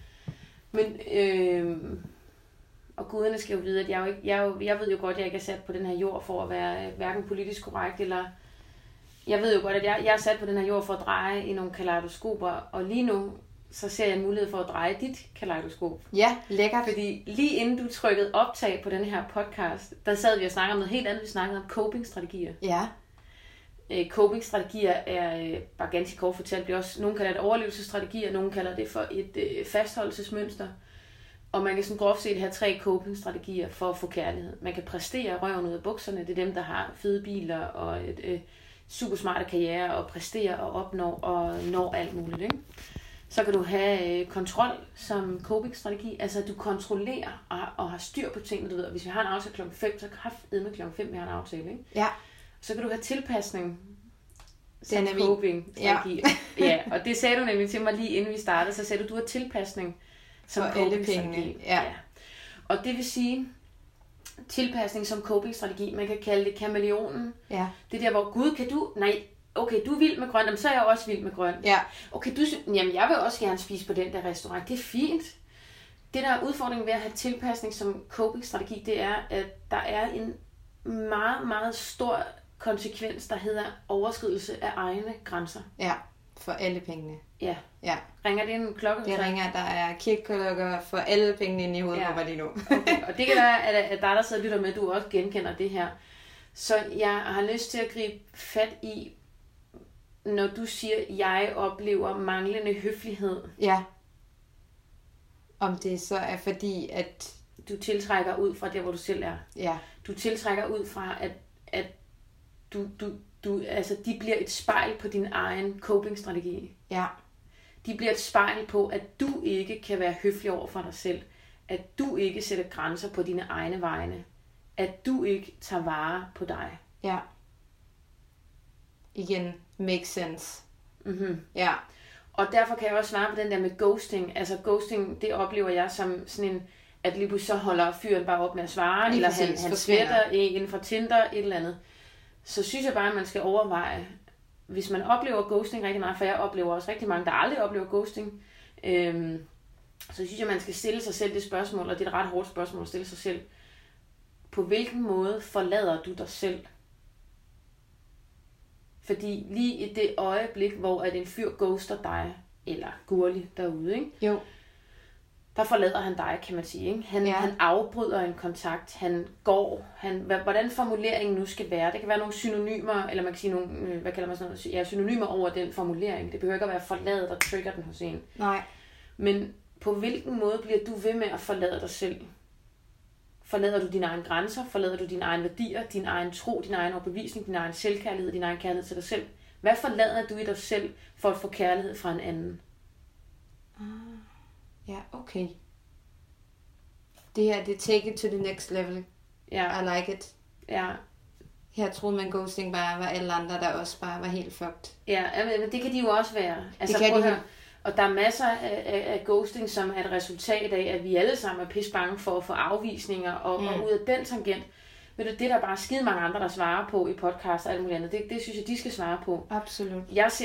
og guderne skal jo vide, at jeg ved jo godt, at jeg ikke er sat på den her jord for at være hverken politisk korrekt, eller jeg ved jo godt, at jeg er sat på den her jord for at dreje i nogle kaleidoskoper, og lige nu, så ser jeg en mulighed for at dreje dit kaleidoskop. Ja, lækkert. Fordi lige inden du trykkede optag på den her podcast, der sad vi og snakkede om noget helt andet. Vi snakkede om coping-strategier. Ja. Coping-strategier er, bare ganske kort fortalt, nogen kalder det overlevelsesstrategier, nogen kalder det for et fastholdelsesmønster. Og man kan sådan groft set have 3 coping-strategier for at få kærlighed. Man kan præstere røven ud af bukserne. Det er dem, der har fede biler og super smarte karriere og præstere og opnå og når alt muligt. Ikke? Så kan du have kontrol som coping-strategi. Altså at du kontrollerer og har styr på tingene. Du ved, hvis vi har en aftale kl. 5, så kraftedeme kl. 5, vi har en aftale. Ikke? Ja. Så kan du have tilpasning som coping-strategi. Ja, og det sagde du nemlig til mig lige inden vi startede. Så sagde du har tilpasning som coping-strategi. Ja. Og det vil sige, tilpasning som coping-strategi, man kan kalde det kameleonen. Ja. Det der, hvor Gud, okay, du er vild med grøn, så er jeg også vild med grøn. Ja. Okay, jamen jeg vil også gerne spise på den der restaurant, det er fint. Det der er udfordringen ved at have tilpasning som coping-strategi, det er, at der er en meget, meget stor konsekvens, der hedder overskridelse af egne grænser. Ja, for alle pengene. Ja. Ja. Ringer det en klokke? Det ringer, der er kirkeklokker for alle pengene inde i hovedet på mig lige nu. Okay. Og det kan være, at der sidder og lytter med, du også genkender det her. Så jeg har lyst til at gribe fat i, når du siger, at jeg oplever manglende høflighed. Ja. Om det så er fordi, at du tiltrækker ud fra der, hvor du selv er. Ja. Du tiltrækker ud fra, at de bliver et spejl på din egen coping-strategi. Ja. De bliver et spejl på, at du ikke kan være høflig over for dig selv. At du ikke sætter grænser på dine egne vegne. At du ikke tager vare på dig. Ja. Igen, makes sense. Mm-hmm. Ja. Og derfor kan jeg også svare på den der med ghosting. Altså ghosting, det oplever jeg som sådan en, at lige pludselig så holder fyren bare op med at svare, lige eller han sletter inden for Tinder, et eller andet. Så synes jeg bare, at man skal overveje, hvis man oplever ghosting rigtig meget, for jeg oplever også rigtig mange, der aldrig oplever ghosting, så synes jeg, man skal stille sig selv det spørgsmål, og det er et ret hårdt spørgsmål at stille sig selv. På hvilken måde forlader du dig selv? Fordi lige i det øjeblik, hvor at en fyr ghoster dig, eller Gurli derude, ikke? Jo. der forlader han dig, kan man sige. Ikke? Han afbryder en kontakt, han går, hvordan formuleringen nu skal være. Det kan være nogle synonymer, eller man kan sige nogle, hvad kalder man sådan noget, ja, synonymer over den formulering. Det behøver ikke at være forladet, der trigger den hos en. Nej. Men på hvilken måde bliver du ved med at forlade dig selv? Forlader du dine egne grænser? Forlader du dine egne værdier, din egen tro, din egen overbevisning, din egen selvkærlighed, din egen kærlighed til dig selv? Hvad forlader du i dig selv for at få kærlighed fra en anden? Ja, okay. Det her, det take it to the next level. Ja. I like it. Ja. Her troede man, ghosting bare var alle andre, der også bare var helt fucked. Ja, men det kan de jo også være. Altså, det kan de. Og der er masser af ghosting, som er et resultat af, at vi alle sammen er pisse bange for at få afvisninger, og ud af den tangent. Men det er der bare skide mange andre, der svarer på i podcast og alt muligt andet. Det synes jeg, de skal svare på. Absolut.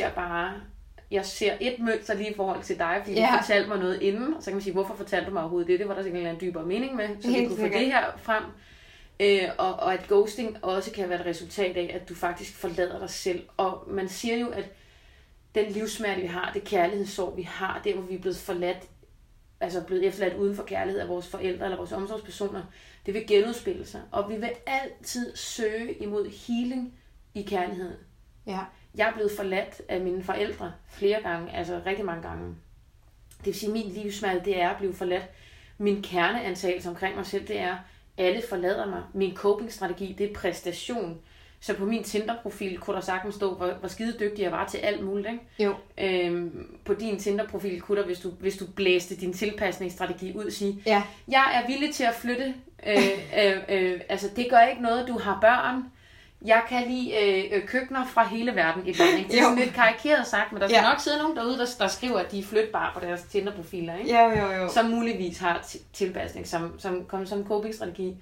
Jeg ser et mønster lige i forhold til dig, fordi du fortalte mig noget inden, og så kan man sige, hvorfor fortalte du mig overhovedet det? Det var der sikkert en dybere mening med, så vi kunne få det her frem. Og at ghosting også kan være et resultat af, at du faktisk forlader dig selv. Og man siger jo, at den livsmærke, vi har, det kærlighedssorg, vi har, det hvor vi er blevet forladt, altså blevet efterladt uden for kærlighed af vores forældre eller vores omsorgspersoner, det vil genudspille sig. Og vi vil altid søge imod healing i kærlighed. Ja. Jeg er blevet forladt af mine forældre flere gange, altså rigtig mange gange. Det vil sige, at min livsmærke, det er at blive forladt. Min kerneantagelse omkring mig selv, det er, alle forlader mig. Min copingstrategi, det er præstation. Så på min Tinder-profil kunne der sagtens stå, hvor skide dygtig jeg var til alt muligt. Ikke? Jo. På din Tinder-profil kunne der, hvis du blæste din tilpasningsstrategi ud, sige, ja. Jeg er villig til at flytte. Altså, det gør ikke noget, du har børn. Jeg kan lide køkkener fra hele verden. Det er sådan lidt karikeret sagt, men der skal nok sidde nogen derude, der skriver, at de er flytbare på deres Tinder-profiler. Ikke? Jo. Som muligvis har tilpasning som coping-strategi.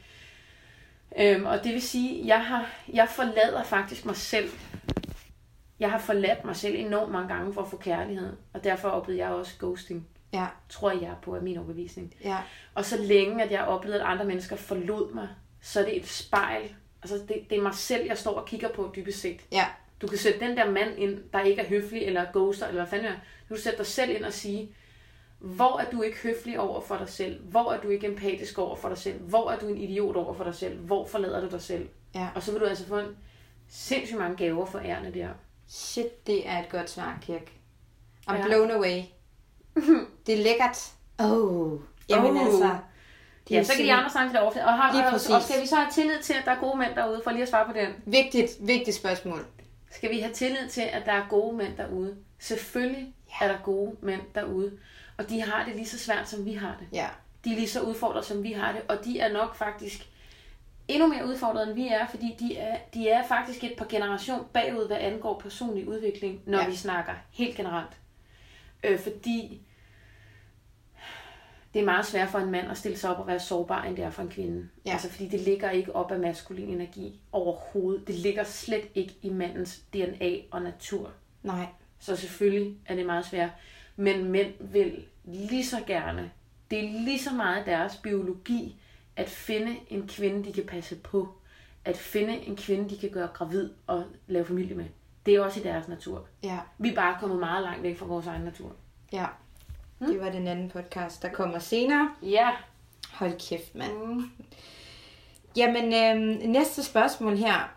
Og det vil sige, jeg forlader faktisk mig selv. Jeg har forladt mig selv enormt mange gange for at få kærlighed. Og derfor oplevede jeg også ghosting. Ja. Tror jeg på, er min overbevisning. Ja. Og så længe, at jeg oplevede, at andre mennesker forlod mig, så er det et spejl. Altså, det er mig selv, jeg står og kigger på dybest set. Ja. Du kan sætte den der mand ind, der ikke er høflig, eller ghoster, eller hvad fanden er. Du kan sætte dig selv ind og sige, hvor er du ikke høflig over for dig selv? Hvor er du ikke empatisk over for dig selv? Hvor er du en idiot over for dig selv? Hvor forlader du dig selv? Ja. Og så vil du altså få en sindssygt mange gaver for ærende der. Shit, det er et godt svar, Kirk. I'm blown away. Det er lækkert. Jamen altså. Ja, så kan de andre snakke til det overflade. Og skal vi så have tillid til, at der er gode mænd derude, for lige at svare på den? Vigtigt spørgsmål. Skal vi have tillid til, at der er gode mænd derude? Selvfølgelig er der gode mænd derude. Og de har det lige så svært, som vi har det. Ja. De er lige så udfordret, som vi har det. Og de er nok faktisk endnu mere udfordret, end vi er. Fordi de er faktisk et par generation bagud, hvad angår personlig udvikling, når vi snakker helt generelt. Fordi det er meget svært for en mand at stille sig op og være sårbar, end det er for en kvinde. Ja. Altså, fordi det ligger ikke op af maskulin energi overhovedet. Det ligger slet ikke i mandens DNA og natur. Nej. Så selvfølgelig er det meget svært. Men mænd vil lige så gerne, det er lige så meget deres biologi, at finde en kvinde, de kan passe på. At finde en kvinde, de kan gøre gravid og lave familie med. Det er også i deres natur. Ja. Vi er bare kommet meget langt væk fra vores egen natur. Ja. Det var den anden podcast, der kommer senere. Ja. Hold kæft, mand. Jamen, næste spørgsmål her.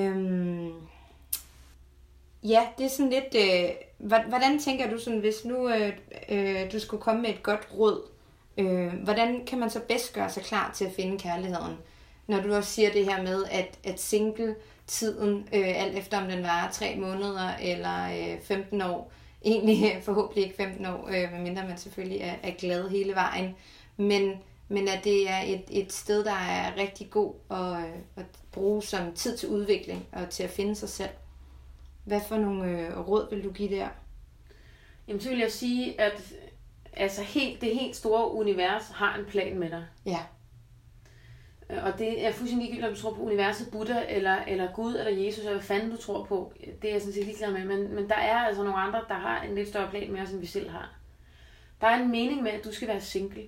Ja, det er sådan lidt... hvordan tænker du sådan, hvis nu du skulle komme med et godt råd? Hvordan kan man så bedst gøre sig klar til at finde kærligheden? Når du også siger det her med, at single-tiden, alt efter om den varer 3 måneder eller 15 år, egentlig forhåbentlig ikke 15 år, medmindre man selvfølgelig er glad hele vejen, men at det er et sted, der er rigtig god at bruge som tid til udvikling og til at finde sig selv. Hvad for nogle råd vil du give der? Jamen, så vil jeg sige, at altså det helt store univers har en plan med dig. Ja. Og det er fuldstændig ligegyldigt, om du tror på universet, Buddha, eller Gud, eller Jesus, eller hvad fanden du tror på. Det er jeg sådan set ligeglad med. Men der er altså nogle andre, der har en lidt større plan med os, end vi selv har. Der er en mening med, at du skal være single.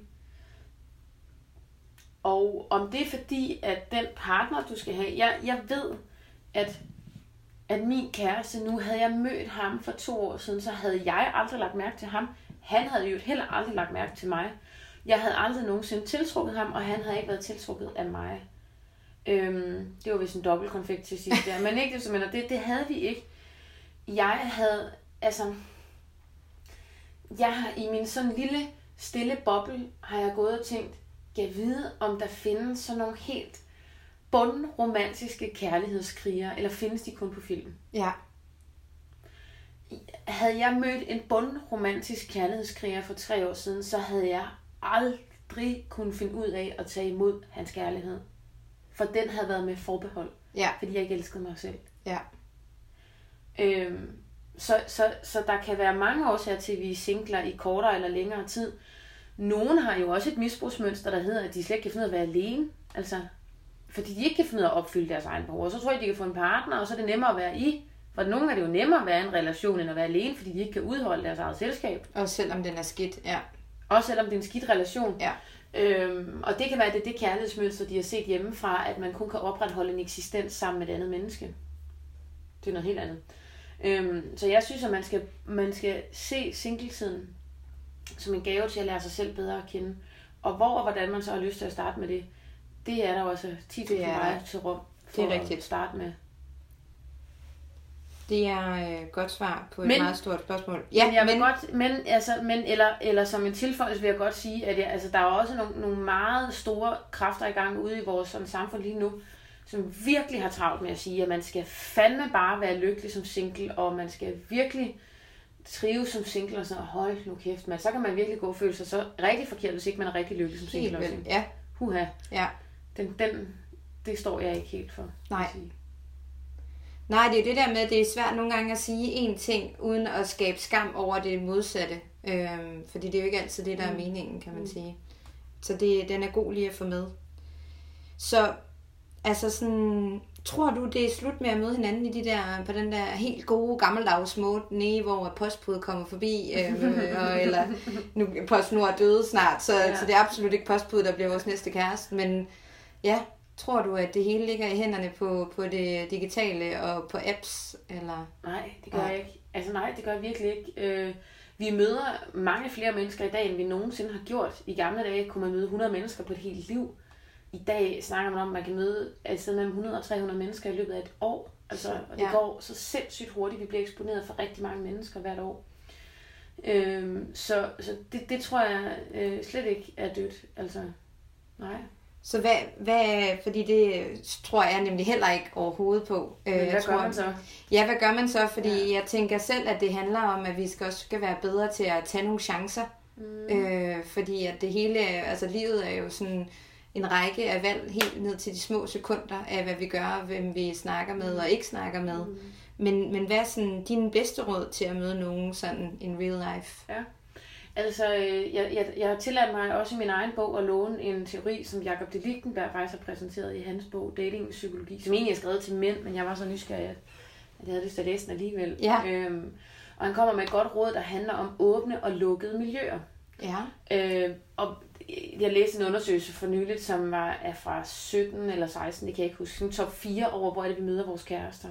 Og om det er fordi, at den partner, du skal have... Jeg ved, at min kæreste, nu havde jeg mødt ham for 2 år siden, så havde jeg aldrig lagt mærke til ham. Han havde jo heller aldrig lagt mærke til mig. Jeg havde aldrig nogensinde tiltrukket ham, og han havde ikke været tiltrukket af mig. Det var vist en dobbeltkonflikt til sidst der, men ikke det havde vi ikke. Jeg har i min sådan lille stille boble, har jeg gået og tænkt, jeg vide, om der findes sådan nogle helt bundromantiske kærlighedskrigere, eller findes de kun på film? Ja. Havde jeg mødt en bundromantisk kærlighedskriger for 3 år siden, så havde jeg aldrig kunnet finde ud af at tage imod hans kærlighed. For den havde været med forbehold. Ja. Fordi jeg ikke elskede mig selv. Ja. Så der kan være mange årsager til, at vi er singler i kortere eller længere tid. Nogle har jo også et misbrugsmønster, der hedder, at de slet ikke kan finde ud af at være alene. Altså, fordi de ikke kan finde ud af at opfylde deres egen behov. Og så tror jeg, de kan få en partner, og så er det nemmere at være i. For nogle er det jo nemmere at være i en relation, end at være alene, fordi de ikke kan udholde deres eget selskab. Også selvom den er skidt, ja. Også selvom det er en skidt relation. Ja. Og det kan være, det kærlighedsmønster, de har set hjemmefra, at man kun kan opretholde en eksistens sammen med et andet menneske. Det er noget helt andet. Så jeg synes, at man skal se singletiden som en gave til at lære sig selv bedre at kende. Og hvor og hvordan man så har lyst til at starte med det, det er der også 10.000 veje til rum for at starte med. Det er et godt svar på et meget stort spørgsmål. Ja, eller som en tilføjelse vil jeg godt sige, at der er også nogle meget store kræfter i gang ude i vores sådan, samfund lige nu, som virkelig har travlt med at sige, at man skal fandme bare være lykkelig som single, og man skal virkelig trives som single, og sådan, hold nu kæft, men så kan man virkelig gå og føle sig så rigtig forkert, hvis ikke man er rigtig lykkelig som single. Også. Ja. Huha. Ja. Det står jeg ikke helt for. Nej, det er det der med, at det er svært nogle gange at sige én ting, uden at skabe skam over det modsatte. Fordi det er jo ikke altid det, der er meningen, kan man sige. Så den er god lige at få med. Så, altså sådan, tror du, det er slut med at møde hinanden på den der helt gode gammeldags måde, nede hvor postbudet kommer forbi, eller nu PostNord er døde snart, så det er absolut ikke postbudet, der bliver vores næste kæreste, men ja, tror du, at det hele ligger i hænderne på det digitale og på apps? Eller? Nej, det gør jeg ikke. Altså nej, det gør jeg virkelig ikke. Vi møder mange flere mennesker i dag, end vi nogensinde har gjort. I gamle dage kunne man møde 100 mennesker på et helt liv. I dag snakker man om, at man kan møde altså mellem 100 og 300 mennesker i løbet af et år. Altså, og det går så sindssygt hurtigt. Vi bliver eksponeret for rigtig mange mennesker hvert år. Så det tror jeg slet ikke er dødt. Altså, nej. Så hvad, fordi det tror jeg nemlig heller ikke overhovedet på. Hvad gør man så? Ja, hvad gør man så? Fordi jeg tænker selv, at det handler om, at vi skal være bedre til at tage nogle chancer. Fordi at det hele, altså livet er jo sådan en række af valg helt ned til de små sekunder af, hvad vi gør, hvem vi snakker med og ikke snakker med. Men hvad er sådan din bedste råd til at møde nogen sådan in real life? Ja. Altså, jeg har tilladt mig også i min egen bog at låne en teori, som Jacob de Lichtenberg faktisk har præsenteret i hans bog, Datingpsykologi, som egentlig er skrevet til mænd, men jeg var så nysgerrig, at jeg havde lyst til at læse den alligevel. Ja. Og han kommer med et godt råd, der handler om åbne og lukkede miljøer. Ja. Og jeg læste en undersøgelse for nyligt, som er fra 17 eller 16, det kan jeg ikke huske, en top 4 over, hvor er det, vi møder vores kærester.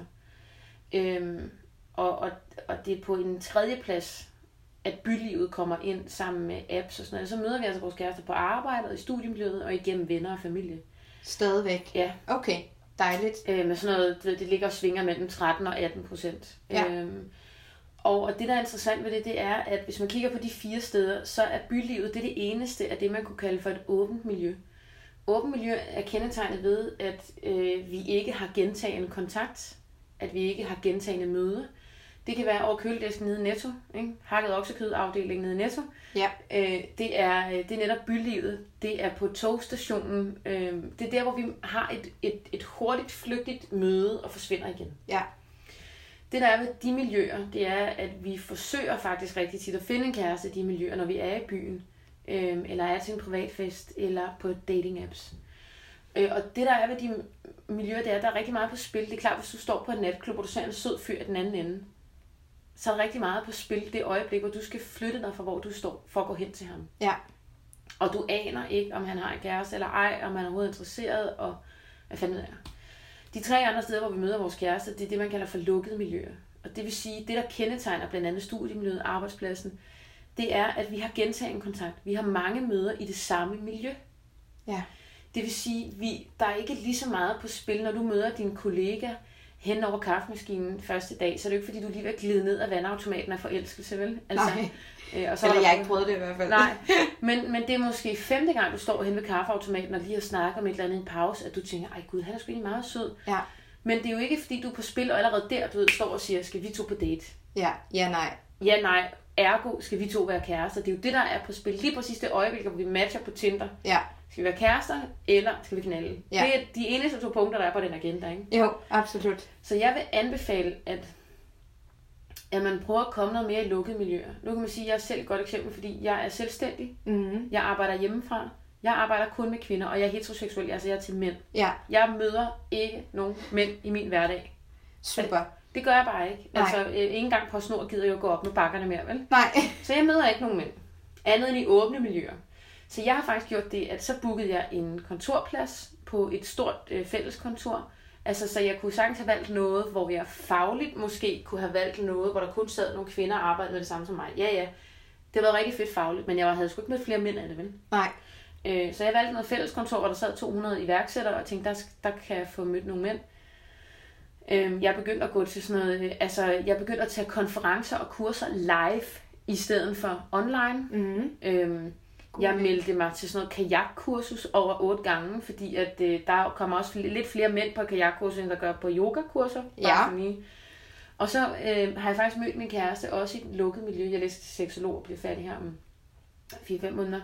Og det er på en 3. plads, at bylivet kommer ind sammen med apps og sådan noget. Så møder vi altså vores kærester på arbejdet, i studiemiljøet og igennem venner og familie. Stadigvæk? Ja. Okay, dejligt. Med sådan noget, det ligger og svinger mellem 13 og 18%. Ja. Og det, der er interessant ved det er, at hvis man kigger på de 4 steder, så er bylivet det eneste af det, man kunne kalde for et åbent miljø. Åbent miljø er kendetegnet ved, at vi ikke har gentagende kontakt, at vi ikke har gentagende møder. Det kan være over køledisken nede i Netto, ikke? Hakket oksekød-afdelingen nede i Netto. Ja. Det er netop bylivet. Det er på togstationen. Det er der, hvor vi har et hurtigt, flygtigt møde og forsvinder igen. Ja. Det der er ved de miljøer, det er, at vi forsøger faktisk rigtig tit at finde en kæreste i de miljøer, når vi er i byen, eller er til en privatfest, eller på dating apps. Og det der er ved de miljøer, det er, at der er rigtig meget på spil. Det er klart, hvis du står på en natklub, og du ser en sød fyr i den anden ende, så er der rigtig meget på spil det øjeblik, hvor du skal flytte dig fra, hvor du står, for at gå hen til ham. Ja. Og du aner ikke, om han har en kæreste eller ej, om han er overhovedet interesseret, og hvad fanden det er. De 3 andre steder, hvor vi møder vores kærester, det er det, man kalder for lukkede miljøer. Og det vil sige, det der kendetegner blandt andet studiemiljøet, arbejdspladsen, det er, at vi har gentagen kontakt. Vi har mange møder i det samme miljø. Ja. Det vil sige, der er ikke lige så meget på spil, når du møder din kollega hen over kaffemaskinen første dag, så er det jo ikke, fordi du lige vil glide ned af vandautomaten af forelskelse, vel? Altså, nej, og så eller jeg har ikke prøvet det i hvert fald. Nej, men det er måske 5. gang, du står hen ved kaffeautomaten og lige har snakket om et eller andet i en pause, at du tænker, ej gud, han er sgu egentlig meget sød. Ja. Men det er jo ikke, fordi du er på spil, og allerede der, du ved, står og siger, skal vi to på date? Ja, nej. Ja, nej. Ergo skal vi to være kærester. Det er jo det, der er på spil. Lige præcis det øjeblik, hvor vi matcher på Tinder. Ja. Skal vi være kærester, eller skal vi knalde? Ja. Det er de eneste 2 punkter, der er på den agenda, ikke? Jo, absolut. Så jeg vil anbefale, at man prøver at komme noget mere i lukkede miljøer. Nu kan man sige, at jeg er selv et godt eksempel, fordi jeg er selvstændig. Mm-hmm. Jeg arbejder hjemmefra. Jeg arbejder kun med kvinder, og jeg er heteroseksuel, altså jeg er til mænd. Ja. Jeg møder ikke nogen mænd i min hverdag. Super. Det gør jeg bare ikke. Nej. Altså, ikke engang på snor gider jeg jo gå op med bakkerne mere, vel? Nej. Så jeg møder ikke nogen mænd. Andet end i åbne miljøer. Så jeg har faktisk gjort det, at så bookede jeg en kontorplads på et stort fælleskontor. Altså, så jeg kunne sagtens have valgt noget, hvor jeg fagligt måske kunne have valgt noget, hvor der kun sad nogle kvinder og arbejdede med det samme som mig. Ja. Det har været rigtig fedt fagligt, men jeg havde sgu ikke mødt flere mænd af det, vel? Nej. Så jeg valgte noget fælleskontor, hvor der sad 200 iværksættere, og tænkte, der kan jeg få mødt nogle mænd. Jeg begyndte at gå til sådan noget, jeg begyndte at tage konferencer og kurser live, i stedet for online. Mm-hmm. Jeg meldte mig til sådan noget kajakkursus over 8 gange, fordi at der kommer også lidt flere mænd på kajakkurser, end der gør på yogakurser. Ja. Og så har jeg faktisk mødt min kæreste også i et lukket miljø. Jeg læste til seksolog og bliver færdig her om 4-5 måneder.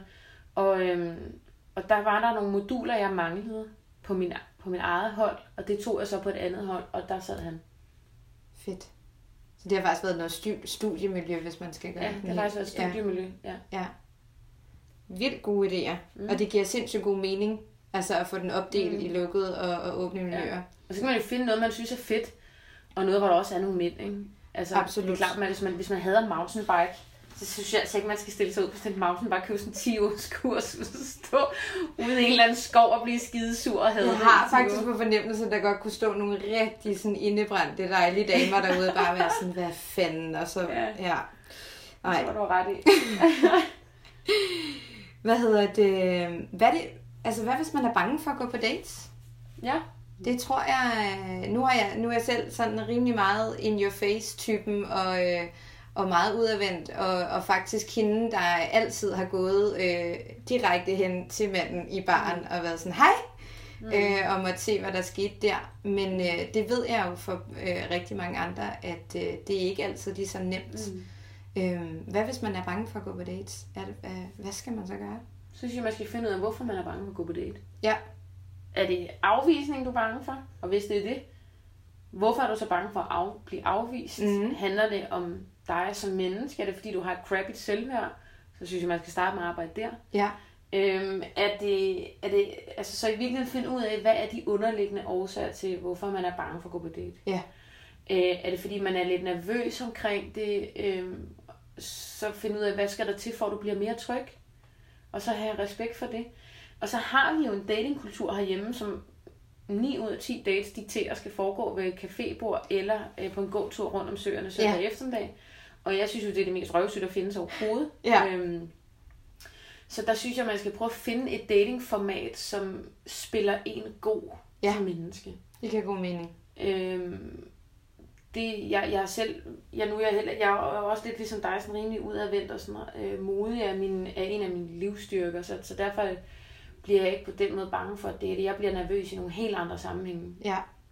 Og der var der nogle moduler, jeg manglede på min eget hold, og det tog jeg så på et andet hold, og der sad han. Fedt. Så det har faktisk været noget studiemiljø, hvis man skal gøre det. Ja, det har faktisk været et studiemiljø, ja. Vildt gode idéer, og det giver sindssygt god mening, altså at få den opdelt i lukkede og åbne miljøer. Ja. Og så kan man jo finde noget, man synes er fedt, og noget, hvor der også er nogle mænd, ikke? Altså, absolut. Det er klart, at hvis man hader mountainbike, så synes jeg altså ikke, man skal stille sig ud på sådan en mountainbike, købe sådan 10 års kurs, stå ude i en eller anden skov og blive skidesur og hade. Jeg har faktisk på fornemmelsen, der godt kunne stå nogle rigtig sådan indebrændte dejlige damer derude, bare være sådan, hvad fanden, og så, ja. Nej. Så var du ret i. Hvad hvis man er bange for at gå på dates? Ja. Det tror jeg, nu er jeg selv sådan rimelig meget in your face typen, og meget udadvendt, og faktisk hende, der altid har gået direkte hen til manden i baren og været sådan, hej, og måtte se, hvad der skete der. Men det ved jeg jo for rigtig mange andre, at det er ikke altid lige så nemt. Hvad hvis man er bange for at gå på dates? Hvad skal man så gøre? Så synes jeg, man skal finde ud af, hvorfor man er bange for at gå på date. Ja. Er det afvisning, du er bange for? Og hvis det er det, hvorfor er du så bange for at blive afvist? Handler det om dig som menneske? Er det fordi, du har et crappy selvværd? Så synes jeg, man skal starte med at arbejde der. Ja. Er det altså så i virkeligheden finde ud af, hvad er de underliggende årsager til, hvorfor man er bange for at gå på date? Ja. Er det fordi, man er lidt nervøs omkring det? Så finde ud af, hvad skal der til, for at du bliver mere tryg? Og så have respekt for det. Og så har vi jo en datingkultur herhjemme, som 9 ud af 10 dates dikterer skal foregå ved et cafébord eller på en gåtur rundt om søerne søndag eftermiddag. Og jeg synes jo, det er det mest røvsygt at finde sig overhovedet. Ja. Så der synes jeg, man skal prøve at finde et datingformat, som spiller en god som menneske. Det giver god mening. Jeg er også lidt ligesom dig, sådan rimelig udadvendt og sådan modig er en af mine livsstyrker, så derfor bliver jeg ikke på den måde bange for det. Jeg bliver nervøs i nogle helt andre sammenhænge. Ja.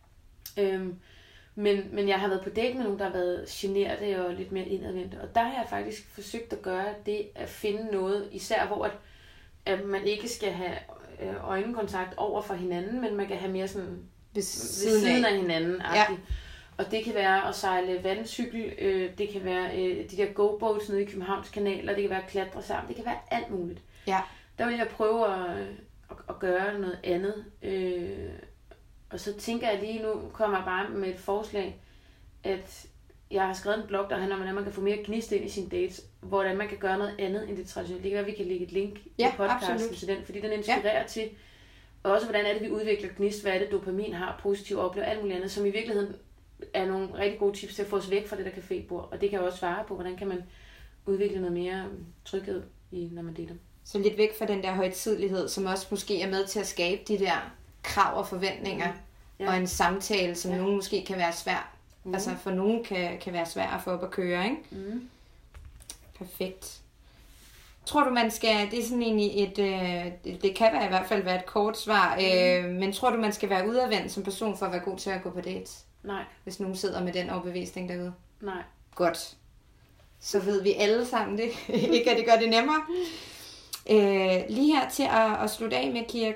Men jeg har været på date med nogen, der har været generte og lidt mere indadvendte, og der har jeg faktisk forsøgt at gøre det, at finde noget, især hvor at man ikke skal have øjenkontakt over for hinanden, men man kan have mere sådan ved siden af hinanden. Ja. Og det kan være at sejle vandcykel, det kan være de der go-boats nede i Københavns Kanal, og det kan være at klatre sammen, det kan være alt muligt. Ja. Der vil jeg prøve at gøre noget andet. Og så tænker jeg lige nu, kommer jeg bare med et forslag, at jeg har skrevet en blog, der handler om, hvordan man kan få mere gnist ind i sine dates, hvordan man kan gøre noget andet end det traditionelle. Det kan være, at vi kan lægge et link i podcasten til den, fordi den inspirerer til, og også hvordan er det, vi udvikler gnist, hvad er det, dopamin har, positiv oplevelse, alt muligt andet, som i virkeligheden er nogle rigtig gode tips til at få os væk fra det der cafébord. Og det kan jo også svare på, hvordan kan man udvikle noget mere tryghed når man deler. Så lidt væk fra den der højtidelighed, som også måske er med til at skabe de der krav og forventninger, og en samtale, som nogen måske kan være svær. Altså for nogen kan være svær at få op at køre, ikke? Perfekt. Tror du, man skal, det er sådan egentlig det kan i hvert fald være et kort svar, men tror du, man skal være udadvendt som person for at være god til at gå på dates? Nej. Hvis nogen sidder med den overbevisning derude? Nej. Godt. Så ved vi alle sammen det. Ikke at det gør det nemmere. Lige her til at slutte af med, Kirk,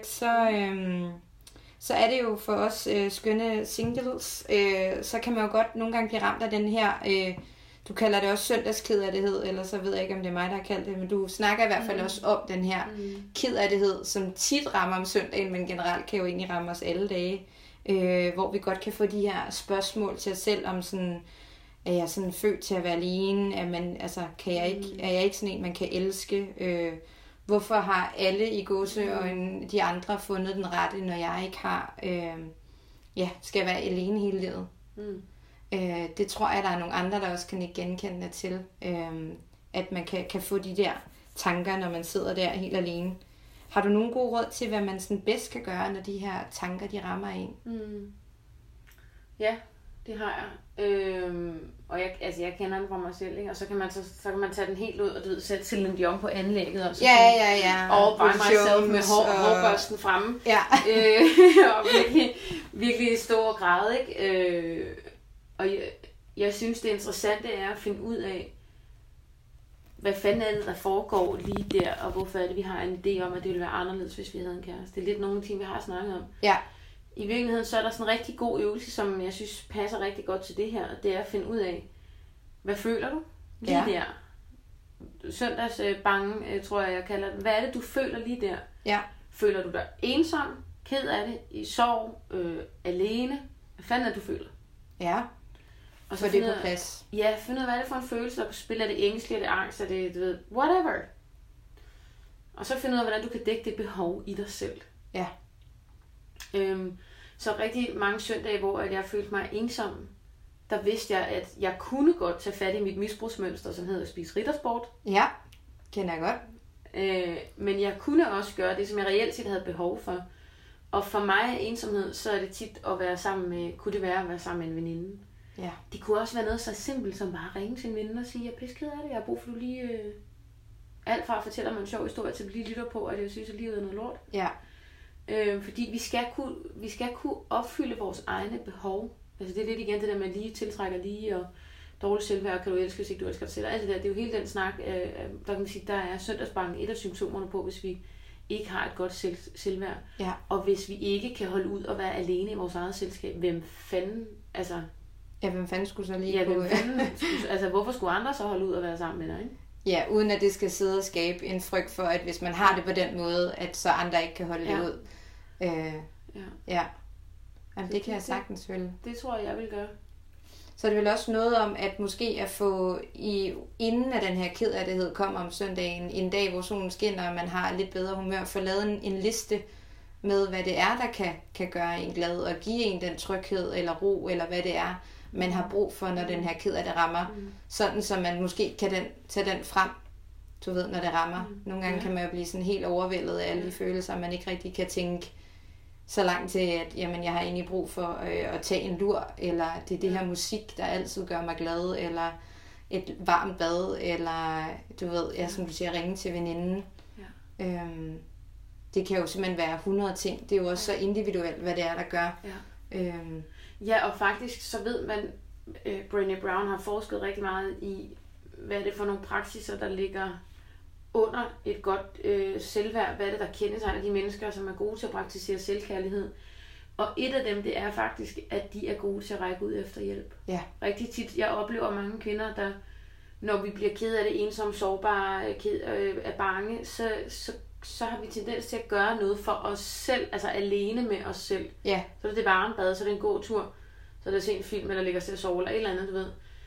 så er det jo for os skønne singles, så kan man jo godt nogle gange blive ramt af den her, du kalder det også søndagskederlighed, eller så ved jeg ikke, om det er mig, der har kaldt det, men du snakker i hvert fald også om den her kederlighed, som tit rammer om søndagen, men generelt kan jo egentlig ramme os alle dage, hvor vi godt kan få de her spørgsmål til os selv om sådan, er jeg sådan født til at være alene, er jeg ikke sådan en, man kan elske, hvorfor har alle i gåse og de andre fundet den rette, når jeg ikke har, skal jeg være alene hele livet? Det tror jeg, der er nogle andre, der også kan ikke genkende det til, at man kan få de der tanker, når man sidder der helt alene. Har du nogen gode råd til, hvad man sådan bedst kan gøre, når de her tanker, de rammer en? Ja, det har jeg. Og jeg kender den fra mig selv, ikke? Og så kan man tage den helt ud og sætte Celine Dion på anlægget. Og så og by myself med hårbørsten fremme. Ja. Og virkelig stor grad, ikke? Og jeg synes, det interessante er at finde ud af, hvad fanden er det, der foregår lige der, og hvorfor er det, vi har en idé om, at det ville være anderledes, hvis vi havde en kæreste. Det er lidt nogle ting, vi har snakket om. Ja. I virkeligheden så er der sådan en rigtig god øvelse, som jeg synes passer rigtig godt til det her. Det er at finde ud af, hvad føler du lige der? Søndagsbange, tror jeg kalder det. Hvad er det, du føler lige der? Ja. Føler du dig ensom, ked af det, i sorg, alene? Hvad fanden er det, du føler? Ja. Og så det på plads. Ja, find ud af, hvad er det for en følelse, der spiller det ængstlige, er det angst, er det, du ved, whatever. Og så find ud af, hvordan du kan dække det behov i dig selv. Ja. Så rigtig mange søndage, hvor jeg følte mig ensom, der vidste jeg, at jeg kunne godt tage fat i mit misbrugsmønster, som hedder at spise riddersport. Ja, kender jeg godt. Men jeg kunne også gøre det, som jeg reelt set havde behov for. Og for mig ensomhed, så er det tit at være sammen med, kunne det være at være sammen med en veninde. Ja. Det kunne også være noget så simpelt som bare at ringe til en veninde og sige, jeg er pisse ked af det, jeg har brug for, du lige alt fra at fortælle mig en sjov historie, til at lige lytter på, at jeg synes, at livet er noget lort. Ja. Fordi vi skal kunne opfylde vores egne behov. Altså det er lidt igen det der med lige tiltrækker lige og dårligt selvværd, kan du elske, hvis ikke du elsker dig selv. Altså det er jo hele den snak, der kan man sige, der er søndagsbanken et af symptomerne på, hvis vi ikke har et godt selvværd. Ja. Og hvis vi ikke kan holde ud og være alene i vores eget selskab, hvem fanden skulle så lige på? Altså hvorfor skulle andre så holde ud og være sammen med dig, ikke? Ja, uden at det skal sidde og skabe en frygt for, at hvis man har det på den måde, at så andre ikke kan holde det ud. Ja. Jamen, det kan jeg sagtens følge. Det tror jeg vil gøre. Så er det vel også noget om, at måske at få, inden at den her kederlighed kommer om søndagen, en dag, hvor solen skinner, og man har lidt bedre humør, få lavet en liste med, hvad det er, der kan gøre en glad, og give en den tryghed, eller ro, eller hvad det er, man har brug for, når den her kederlighed rammer. Sådan, så man måske kan tage den frem, du ved, når det rammer. Nogle gange kan man jo blive sådan helt overvældet af alle de følelser, man ikke rigtig kan tænke så langt til, at jamen, jeg har egentlig brug for at tage en lur, eller det er det her musik, der altid gør mig glad, eller et varmt bad, eller du ved, som du siger, ringe til veninden. Ja. Det kan jo simpelthen være 100 ting. Det er jo også så individuelt, hvad det er, der gør. Ja. Ja, og faktisk så ved man, Brené Brown har forsket rigtig meget i, hvad er det for nogle praksiser, der ligger under et godt selvværd. Hvad er det, der kendetegner de mennesker, som er gode til at praktisere selvkærlighed. Og et af dem, det er faktisk, at de er gode til at række ud efter hjælp. Ja. Rigtig tit, jeg oplever mange kvinder, der, når vi bliver ked af det, ensomme, sårbare, er bange, så har vi tendens til at gøre noget for os selv, altså alene med os selv. Ja. Så er det varmbad, så er det en god tur, så er det at se en film, eller ligger til at sove, eller et eller andet, du ved.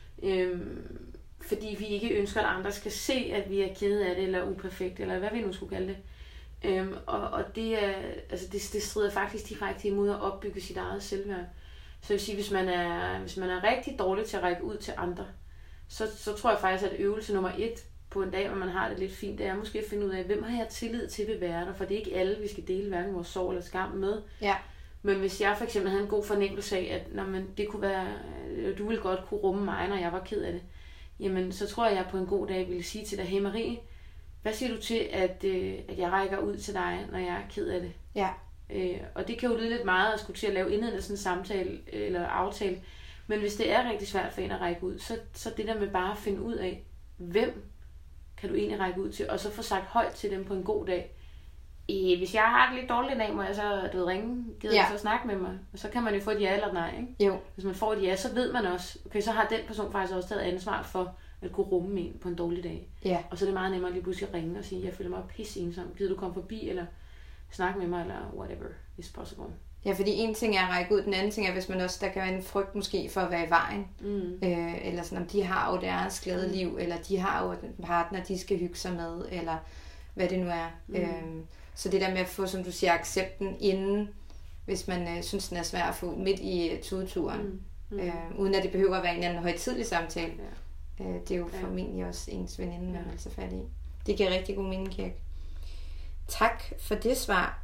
Fordi vi ikke ønsker, at andre skal se, at vi er kede af det, eller uperfekt, eller hvad vi nu skulle kalde det. Og det er, altså det strider faktisk direkte imod at opbygge sit eget selvværd. Så jeg vil sige, hvis man er rigtig dårlig til at række ud til andre, så tror jeg faktisk, at øvelse nummer 1 på en dag, hvor man har det lidt fint, det er måske at finde ud af, hvem har jeg tillid til vil være der, for det er ikke alle, vi skal dele hverken vores sorg eller skam med. Ja. Men hvis jeg for eksempel havde en god fornemmelse af, at det kunne være, du ville godt kunne rumme mig, når jeg var ked af det, jamen så tror jeg på en god dag ville sige til dig, hey Marie, hvad siger du til, at jeg rækker ud til dig, når jeg er ked af det? Ja. Og det kan jo lyde lidt meget at skulle til at lave indledende sådan en samtale eller aftale, men hvis det er rigtig svært for en at række ud, så det der med bare at finde ud af, hvem kan du egentlig række ud til, og så få sagt højt til dem på en god dag. Hvis jeg har det lidt dårligt i dag, må jeg så ringe, gider jeg så snakke med mig? Og så kan man jo få et ja eller et nej, ikke? Jo. Hvis man får et ja, så ved man også, okay, så har den person faktisk også taget ansvar for at kunne rumme en på en dårlig dag. Ja. Og så er det meget nemmere lige pludselig at ringe og sige, jeg føler mig pisse ensom, gider du komme forbi, eller snakke med mig, eller whatever is possible. Ja, fordi en ting er at række ud, den anden ting er, hvis man også, der kan være en frygt måske for at være i vejen. Eller sådan, om de har jo deres glade liv, eller de har jo en partner, de skal hygge sig med, eller hvad det nu er. Så det der med at få, som du siger, accepten inden, hvis man synes, den er svær at få midt i tudeturen, uden at det behøver at være en eller anden højtidlig samtale. Ja. Det er jo formentlig også ens veninde, man vil tage fat i. Det giver rigtig god mening, Kirk. Tak for det svar.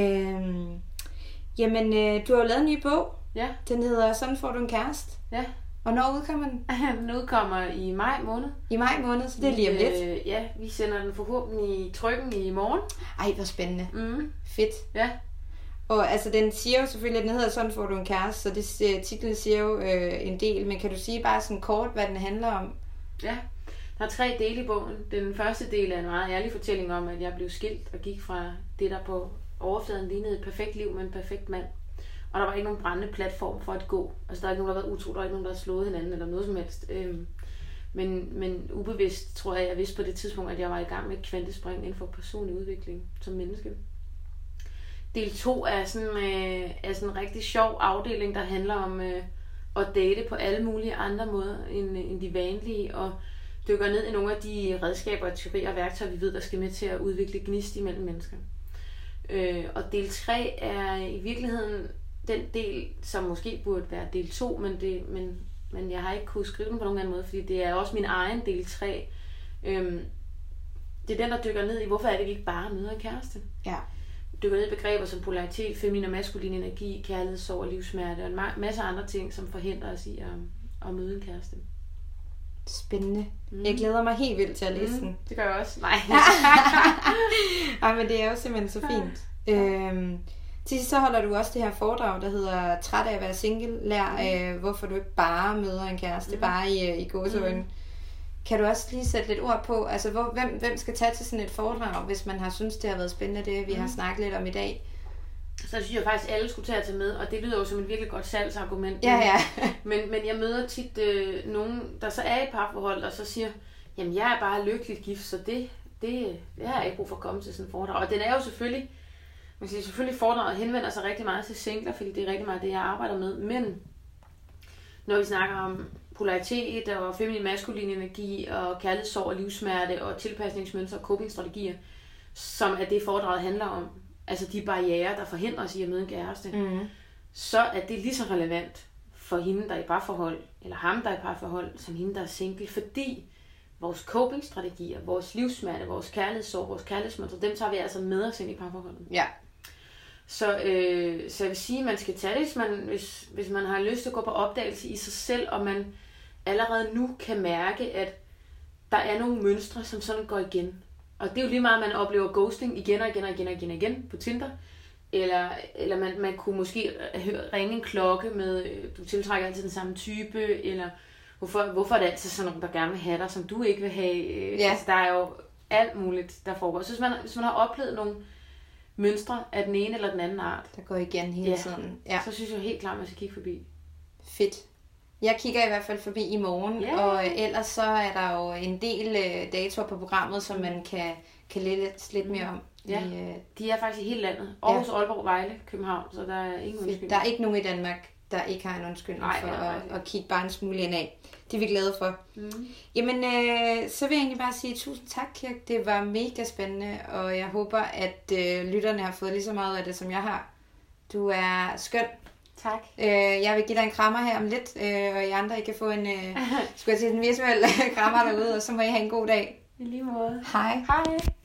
Jamen, du har jo lavet en ny bog. Ja. Den hedder Sådan får du en kæreste. Ja. Og når udkommer den? Den udkommer i maj måned. I maj måned, så det er lige om lidt. Ja, vi sender den forhåbentlig i trykken i morgen. Ej, hvor spændende. Fedt. Ja. Og altså, den siger jo selvfølgelig, at den hedder Sådan får du en kæreste, så det, titlen siger jo en del. Men kan du sige bare sådan kort, hvad den handler om? Ja, der er 3 dele i bogen. Den første del er en meget ærlig fortælling om, at jeg blev skilt og gik fra det, der på overfladen lignede et perfekt liv med en perfekt mand. Og der var ikke nogen brændende platform for at gå. Altså der er ikke nogen, der har været utro, der er ikke nogen, der har slået hinanden eller noget som helst. Men ubevidst tror jeg vidste på det tidspunkt, at jeg var i gang med et kvantespring inden for personlig udvikling som menneske. Del 2 er sådan en rigtig sjov afdeling, der handler om at date på alle mulige andre måder end de vanlige, og dykker ned i nogle af de redskaber, teorier og værktøjer, vi ved, der skal med til at udvikle gnist imellem mennesker. Og del 3 er i virkeligheden den del, som måske burde være del 2, men jeg har ikke kunnet skrive den på nogen anden måde, fordi det er også min egen del 3. Det er den, der dykker ned i, hvorfor er det, vi ikke bare møder en kæreste. Ja. Dykker ned i begreber som polaritet, feminin og maskulin energi, kærlighed, sorg og livsmerte, og en masse andre ting, som forhindrer os i at møde en kæreste. Spændende. Jeg glæder mig helt vildt til at læse den. Det gør jeg også. Nej. Ej, men det er jo simpelthen så fint. Til sidst så holder du også det her foredrag, der hedder Træt af at være single. Lær hvorfor du ikke bare møder en kæreste, bare i gåseøjne. Kan du også lige sætte lidt ord på, altså hvem skal tage til sådan et foredrag, hvis man har synes det har været spændende, det vi har snakket lidt om i dag? Så synes jeg faktisk, at alle skulle tage med, og det lyder jo som et virkelig godt salgsargument. Ja. men jeg møder tit nogen, der så er i parforhold, og så siger, jamen jeg er bare lykkeligt gift, så det har jeg ikke brug for at komme til sådan et foredrag. Og den er jo selvfølgelig, man siger selvfølgelig foredraget henvender sig rigtig meget til singler, fordi det er rigtig meget det, jeg arbejder med. Men når vi snakker om polaritet og feminin maskulin energi og kærlighed, sorg og livsmerte og tilpasningsmønstre og copingstrategier, som er det foredraget handler om, altså de barrierer, der forhindrer os i at møde en kæreste, så er det lige så relevant for hende, der er i parforhold, eller ham, der er i parforhold, som hende, der er single, fordi vores copingstrategier, vores livsmerte, vores kærlighedssorg, vores kærlighedsmønstre, dem tager vi altså med os ind i parforholdet. Ja. Så jeg vil sige, at man skal tage det, hvis man har lyst til at gå på opdagelse i sig selv, og man allerede nu kan mærke, at der er nogle mønstre, som sådan går igen. Og det er jo lige meget, at man oplever ghosting igen og igen på Tinder. Eller man kunne måske ringe en klokke med, du tiltrækker altid den samme type, eller hvorfor er det altid sådan nogen, der gerne vil have dig, som du ikke vil have. Altså, der er jo alt muligt, der foregår. Så hvis man har oplevet nogle mønstre af den ene eller den anden art, der går igen hele tiden. Ja. Så synes jeg helt klart, at man skal kigge forbi. Fedt. Jeg kigger i hvert fald forbi i morgen, og ellers så er der jo en del datoer på programmet, som man kan læse lidt mere om. Ja, de er faktisk i hele landet. Aarhus, Aalborg, Vejle, København, så der er ingen undskyldning. Der er ikke nogen i Danmark, der ikke har en undskyldning for at kigge bare en smule ind af. Det er vi glade for. Jamen, så vil jeg egentlig bare sige tusind tak, Kirk. Det var mega spændende, og jeg håber, at lytterne har fået lige så meget af det, som jeg har. Du er skøn. Tak. Jeg vil give dig en krammer her om lidt, og I andre I kan få en virtuel krammer derude, og så må I have en god dag. I lige måde. Hej. Hej.